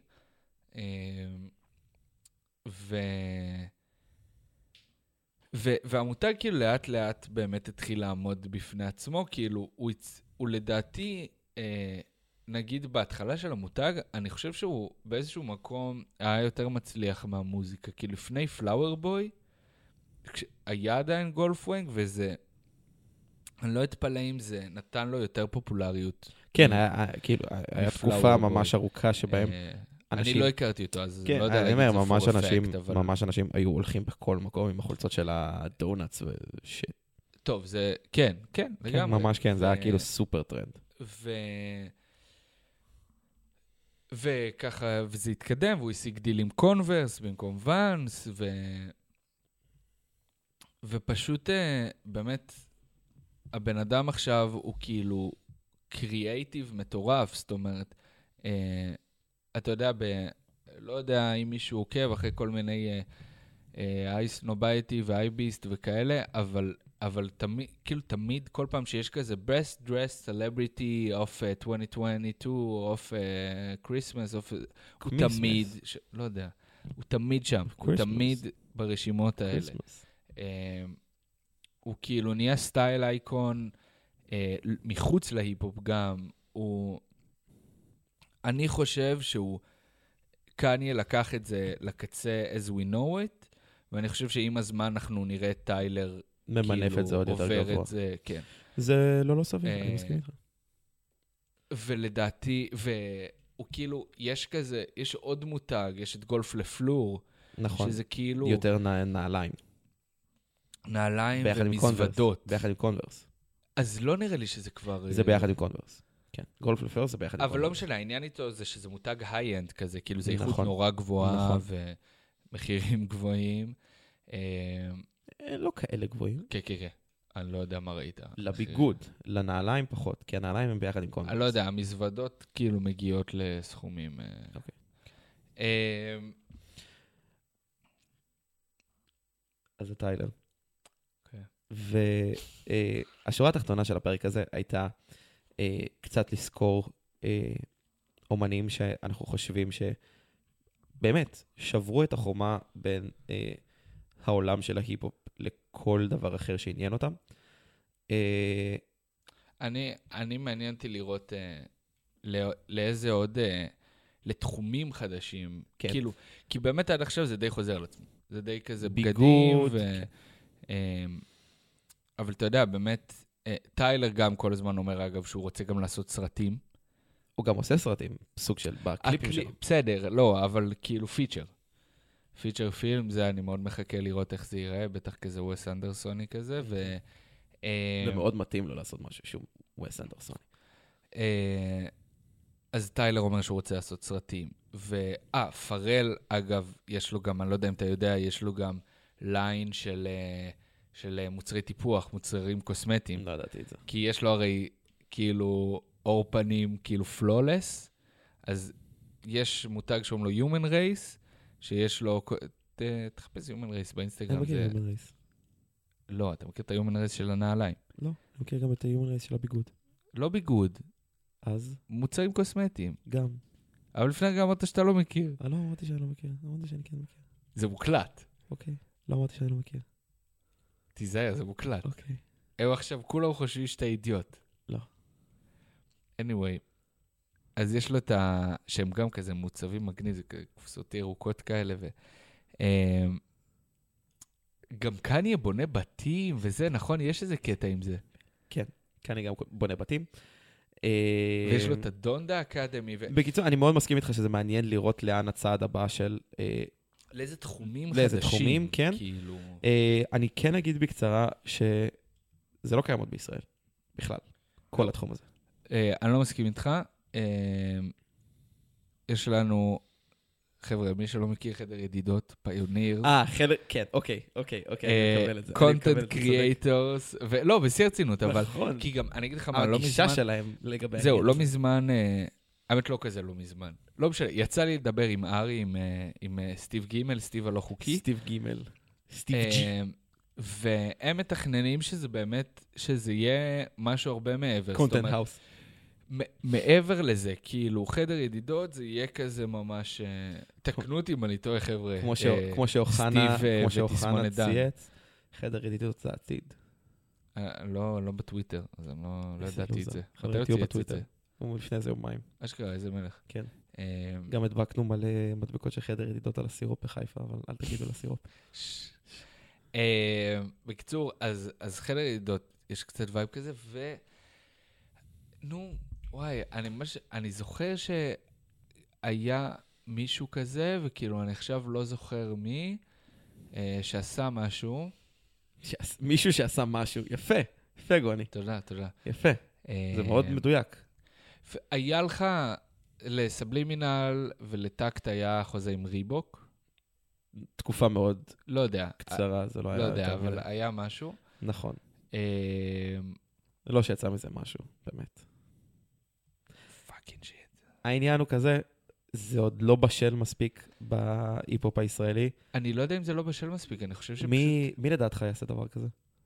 והמותג כאילו לאט לאט באמת התחיל לעמוד בפני עצמו, כאילו הוא לדעתי, נגיד בהתחלה של המותג, אני חושב שהוא באיזשהו מקום היה יותר מצליח מהמוזיקה, כי לפני פלאואר בוי, היה עדיין גולפווינג, וזה, אני לא אתפלא אם זה נתן לו יותר פופולריות. כן, כאילו, היה תקופה ממש ארוכה שבהם אני לא הכרתי אותו, אז כן, לא יודע להגיד זה פור אפקט, אבל... ממש אנשים היו הולכים בכל מקום עם החולצות של הדונאטס ושיט. טוב, זה, כן, לגמרי. ממש כן, זה היה כאילו סופר טרנד. וככה, וזה התקדם, והוא השיג דיל עם קונברס במקום ואנס, ופשוט באמת, הבן אדם עכשיו הוא כאילו קריאייטיב מטורף, זאת אומרת, אתה יודע, לא יודע אם מישהו עוקב אחרי כל מיני אייסנובייטי ואייביסט וכאלה, אבל תמיד, כאילו תמיד, כל פעם שיש כזה best dressed celebrity of 2022, of Christmas, הוא תמיד, לא יודע, הוא תמיד שם, הוא תמיד ברשימות האלה. הוא כאילו נהיה סטייל אייקון, מחוץ להיפ-הופ גם, אני חושב שהוא, קניה לקח את זה לקצה as we know it, ואני חושב שעם הזמן אנחנו נראה את טיילר, ממנף את זה עוד יותר גבוה. כן. זה לא סביר, אני מסכים איתך. ולדעתי, והוא כאילו, יש כזה, יש עוד מותג, יש את גולף לפלור, נכון. שזה כאילו... יותר נעליים. נעליים ומזוודות. ביחד עם קונברס. אז לא נראה לי שזה כבר... זה ביחד עם קונברס. כן, גולף לפלור זה ביחד עם קונברס. אבל לא משנה, העניין איתו זה שזה מותג היי-אנד כזה, כאילו זה איכות נורא גבוהה ומחירים גבוהים. לא כאלה גבוהים. כן. אני לא יודע מה ראית. לביגוד, לנעליים פחות, כי הנעליים הם ביחד עם קונברס. אני לא יודע, המזוודות כאילו מגיעות לסכומים. אוקיי. אז זה טיילר. והשורה התחתונה של הפרק הזה הייתה קצת לזכור אומנים שאנחנו חושבים שבאמת שברו את החומה בין העולם של ההיפ-הופ לכל דבר אחר שעניין אותם. אני מעניין אותי לראות לאיזה עוד, לתחומים חדשים. כן. כאילו, כי באמת עד עכשיו זה די חוזר לעצמו. זה די כזה ביגוד. בגדים. אבל אתה יודע, באמת, טיילר גם כל הזמן אומר, אגב, שהוא רוצה גם לעשות סרטים. הוא גם עושה סרטים, סוג של בקליפים שלו. בסדר, לא, אבל כאילו פיצ'ר. פיצ'ר פילם, זה אני מאוד מחכה לראות איך זה ייראה, בטח כזה ווס אנדרסוני כזה, זה מאוד מתאים לו לעשות משהו שהוא ווס אנדרסוני. אז טיילר אומר שהוא רוצה לעשות סרטים. פרל, אגב, יש לו גם, אני לא יודע אם אתה יודע, יש לו גם ליין של מוצרי טיפוח, מוצרים קוסמטיים. לא ידעתי את זה. כי יש לו הרי כאילו אור פנים, כאילו פלולס, אז יש מותג שאומר לו Human Race, שיש לו, תחפש Human Race באינסטגרם. אני מכיר את Human Race. לא, אתה מכיר את ה-Human Race של הנעליים. לא, אני מכיר גם את ה-Human Race של הביגוד. לא ביגוד. אז? מוצרים קוסמטיים. גם. אבל לפני גם אמרת שאתה לא מכיר. לא אמרתי שאני לא מכיר, אמרתי שאני כן מכיר. זה מוקלט. אוקיי, לא אמרתי שאני לא מכיר. תיזהר, זה מוקלט. אוקיי. הם עכשיו כולם חושבים שאתה אידיוט. לא. anyway, אז יש לו את שהם גם כזה מוצבים מגניב, זה קופסות ירוקות כאלה, גם קניה בונה בתים וזה, נכון? יש איזה קטע עם זה. כן, קניה גם בונה בתים. ויש לו את הדונדה אקדמי. בקיצור, אני מאוד מסכים איתך שזה מעניין לראות לאן הצעד הבא של... לאיזה תחומים חדשים. לאיזה תחומים, כן. כאילו... אני כן אגיד בקצרה שזה לא קיים עוד בישראל, בכלל, כל התחום הזה. אני לא מסכים איתך. יש לנו... חבר'ה, מי שלא מכיר חדר ידידות, פיוניר. חדר, כן, אוקיי, אני מקבל את זה. קונטנט קריאייטורס, ולא, בשיא הרצינות, אבל, נכון. כי גם, אני אגיד לך מה, לא מזמן, הגישה שלהם לגבי... זהו, לא מזמן, האמת לא כזה לא מזמן, לא משנה, יצא לי לדבר עם ארי, עם סטיב גימל, סטיב הלא חוקי. סטיב גימל. סטיב ג'י. והם מתכננים שזה באמת, שזה יהיה משהו הרבה מעבר. קונטנט האוס. מעבר לזה, כאילו, חדר ידידות זה יהיה כזה ממש... תקנו אותי אם אני טועה, חבר'ה. כמו שאוחנה צייץ, חדר ידידות זה עתיד. לא בטוויטר, אז אני לא ידעתי את זה. מתי הוא צייץ את זה? הוא לפני איזה יומיים. אשכרה, איזה מלך. כן. גם הדבקנו מלא מדבקות של חדר ידידות על הסירופ בחיפה, אבל אל תגידו לסירופ. בקיצור, אז חדר ידידות, יש קצת וייב כזה, נו, וואי, אני זוכר שהיה מישהו כזה, וכאילו אני עכשיו לא זוכר מי, שעשה משהו. מישהו שעשה משהו, יפה גוני. תודה. יפה, זה מאוד מדויק. היה לך לסבלימינל ולטקט היה חוזה עם ריבוק? תקופה מאוד לא יודע. קצרה, זה לא היה... לא יודע, אבל היה משהו. נכון. לא שיצא מזה משהו, באמת. פאקינג שיט. העניין הוא כזה, זה עוד לא בשל מספיק בהיפ-הופ הישראלי. אני לא יודע אם זה לא בשל מספיק, אני חושב שפשוט... מי לדעתך יעשה דבר כזה?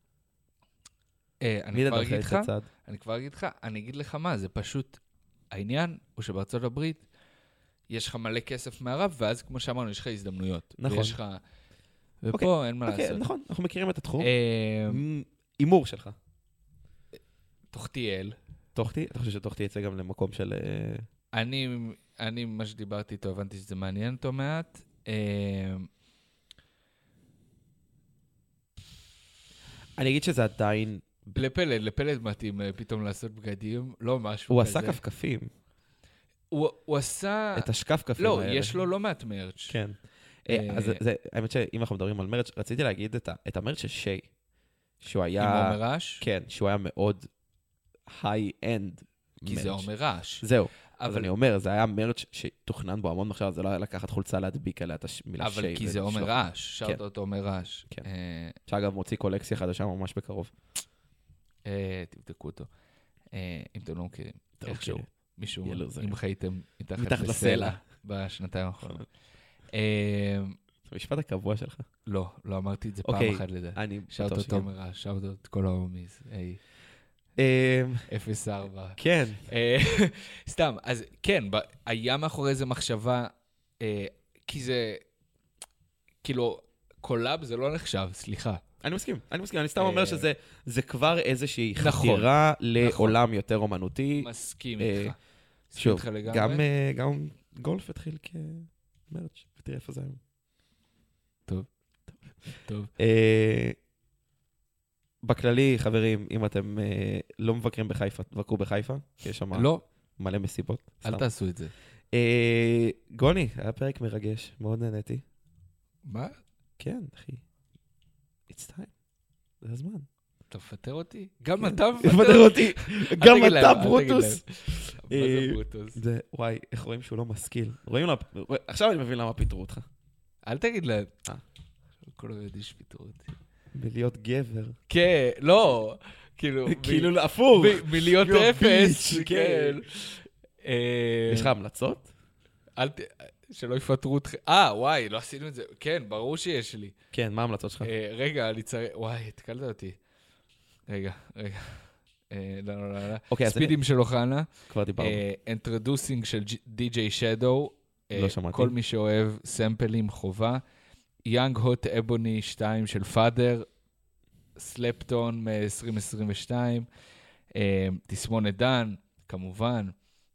אני כבר אגיד לך, אני אגיד לך מה, זה פשוט, העניין הוא שבארצות הברית, יש לך מלא כסף מערב, ואז כמו שאמרנו, יש לך הזדמנויות. נכון. ויש לך... ופה אין מה לעשות. נכון, אנחנו מכירים את התחום. אימור שלך. תוכתיאל. תוכתי? אתה חושב שתוכתי יצא גם למקום של... אני, מה שדיברתי איתו, הבנתי שזה מעניין אותו מעט. אני אגיד שזה עדיין... לפלד מתאים פתאום לעשות בגדים, לא משהו כזה. הוא עשה כפכפים. הוא עשה... את השקף כפים לא, יש לו לא מעט מרץ'. כן. אז האמת שאם אנחנו מדברים על מרץ', רציתי להגיד את המרץ' של שי. שהוא היה... עם עומר רש? כן, שהוא היה מאוד היי-אנד. כי זה עומר רש. זהו. אז אני אומר, זה היה מרץ' שתוכנן בו המון מחשב, זה לא היה לקחת חולצה להדביק עליה את המילה שי. אבל כי זה עומר רש, שרת אותו עומר רש. כן. שאגב, מוציא קולקציה חדשה ממש בקרוב. תבדקו אותו. אם אתם לא מכירים. איכשהו, מישהו, אם חייתם מתחת לסלע. בשנתיים האחרונות. זה המשפט הקבוע שלך. לא אמרתי את זה פעם אחת לדעת. שרת אותו עומר רש, שרת את כל ההומיז. 0-4. כן. סתם, אז כן, היה מאחורי איזה מחשבה, כי זה, כאילו, קולאב זה לא נחשב, סליחה. אני מסכים. אני סתם אומר שזה כבר איזושהי חתירה לעולם יותר אומנותי. מסכים איתך. שוב, גם גולף התחיל כמרץ', ותראה איפה זה היום. טוב. בכללי, חברים, אם אתם לא מבקרים בחיפה, תבקרו בחיפה, כי יש שם מלא מסיבות. אל תעשו את זה. גוני, היה פרק מרגש, מאוד נהניתי. מה? כן, אחי. It's time. זה הזמן. אתה מפטר אותי? גם אתה מפטר אותי. גם אתה ברוטוס. מה זה ברוטוס? וואי, איך רואים שהוא לא משכיל. עכשיו אני מבין למה פיטרו אותך. אל תגיד להם. כל עוד יש פיטרו אותי. מלהיות גבר. כן, לא. כאילו הפוך. מלהיות אפס. כן. יש לך המלצות? שלא יפטרו אותך. וואי, לא עשינו את זה. כן, ברור שיש לי. כן, מה ההמלצות שלך? רגע, אני צריך... וואי, התקלת אותי. רגע. לא. ספידים של אוחנה. כבר דיברנו. Introducing של DJ Shadow. לא שמעתי. כל מי שאוהב סמפלים חובה. Young Hot Ebony 2 של פאדר. סלפטון מ-2022. תסמונת דן, כמובן.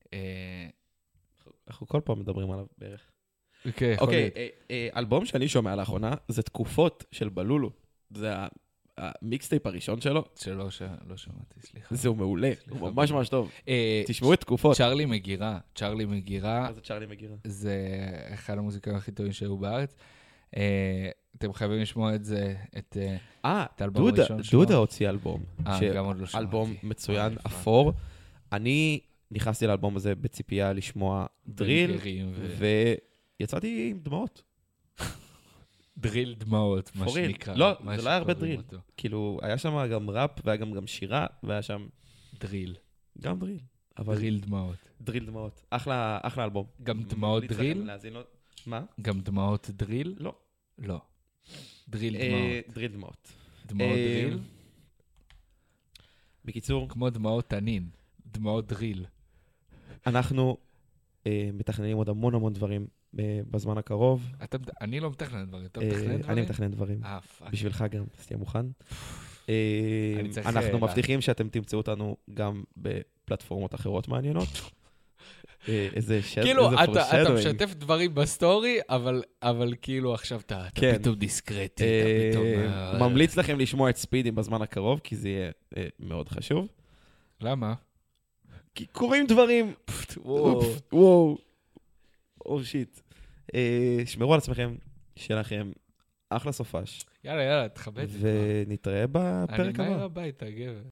אנחנו כל פעם מדברים עליו בערך. אוקיי, אלבום שאני שומע לאחרונה, זה תקופות של בלולו. זה המיקסטייפ הראשון שלו. שלא שמעתי, סליחה. זהו מעולה, הוא ממש ממש טוב. תשמעו את תקופות. צ'רלי מגירה. מה זה צ'רלי מגירה? זה אחד המוזיקאים הכי טובים שהיו בארץ. אתם חייבים לשמוע את זה, את האלבום הראשון שלו. דודה הוציא אלבום. גם עוד לא שמעתי. אלבום מצוין, אפור. אני נכנסתי לאלבום הזה בציפייה לשמוע דריל, ויצאתי עם דמעות. דריל דמעות, מה שנקרא. לא, זה לא היה הרבה דריל. כאילו, היה שם גם ראפ, והיה גם שירה, והיה שם... דריל. גם דריל. דריל דמעות. דריל דמעות. אחלה אלבום. גם דמעות דריל? מה? גם דמעות דריל? לא. דריל דמעות. דריל דמעות. דמעות דריל? בקיצור... כמו דמעות תנין. דמעות דריל. אנחנו מתכננים עוד המון דברים בזמן הקרוב. אני לא מתכנן דברים, אתה מתכנן דברים? אני מתכנן דברים. בשבילך גם, אז תהיה מוכן. אנחנו מבטיחים שאתם תמצאו אותנו גם בפלטפורמות אחרות מעניינות. איזה כאילו, אתה משתף דברים בסטורי, אבל כאילו עכשיו אתה פתאום דיסקרטי. ממליץ לכם לשמוע את ספידים בזמן הקרוב, כי זה יהיה מאוד חשוב. למה? כי קוראים דברים. וואו. שיט. שמרו על עצמכם, שיהיה לכם אחלה סופש. יאללה, תכבד. ונתראה בפרק הבא. אני מהר הביתה, גבר.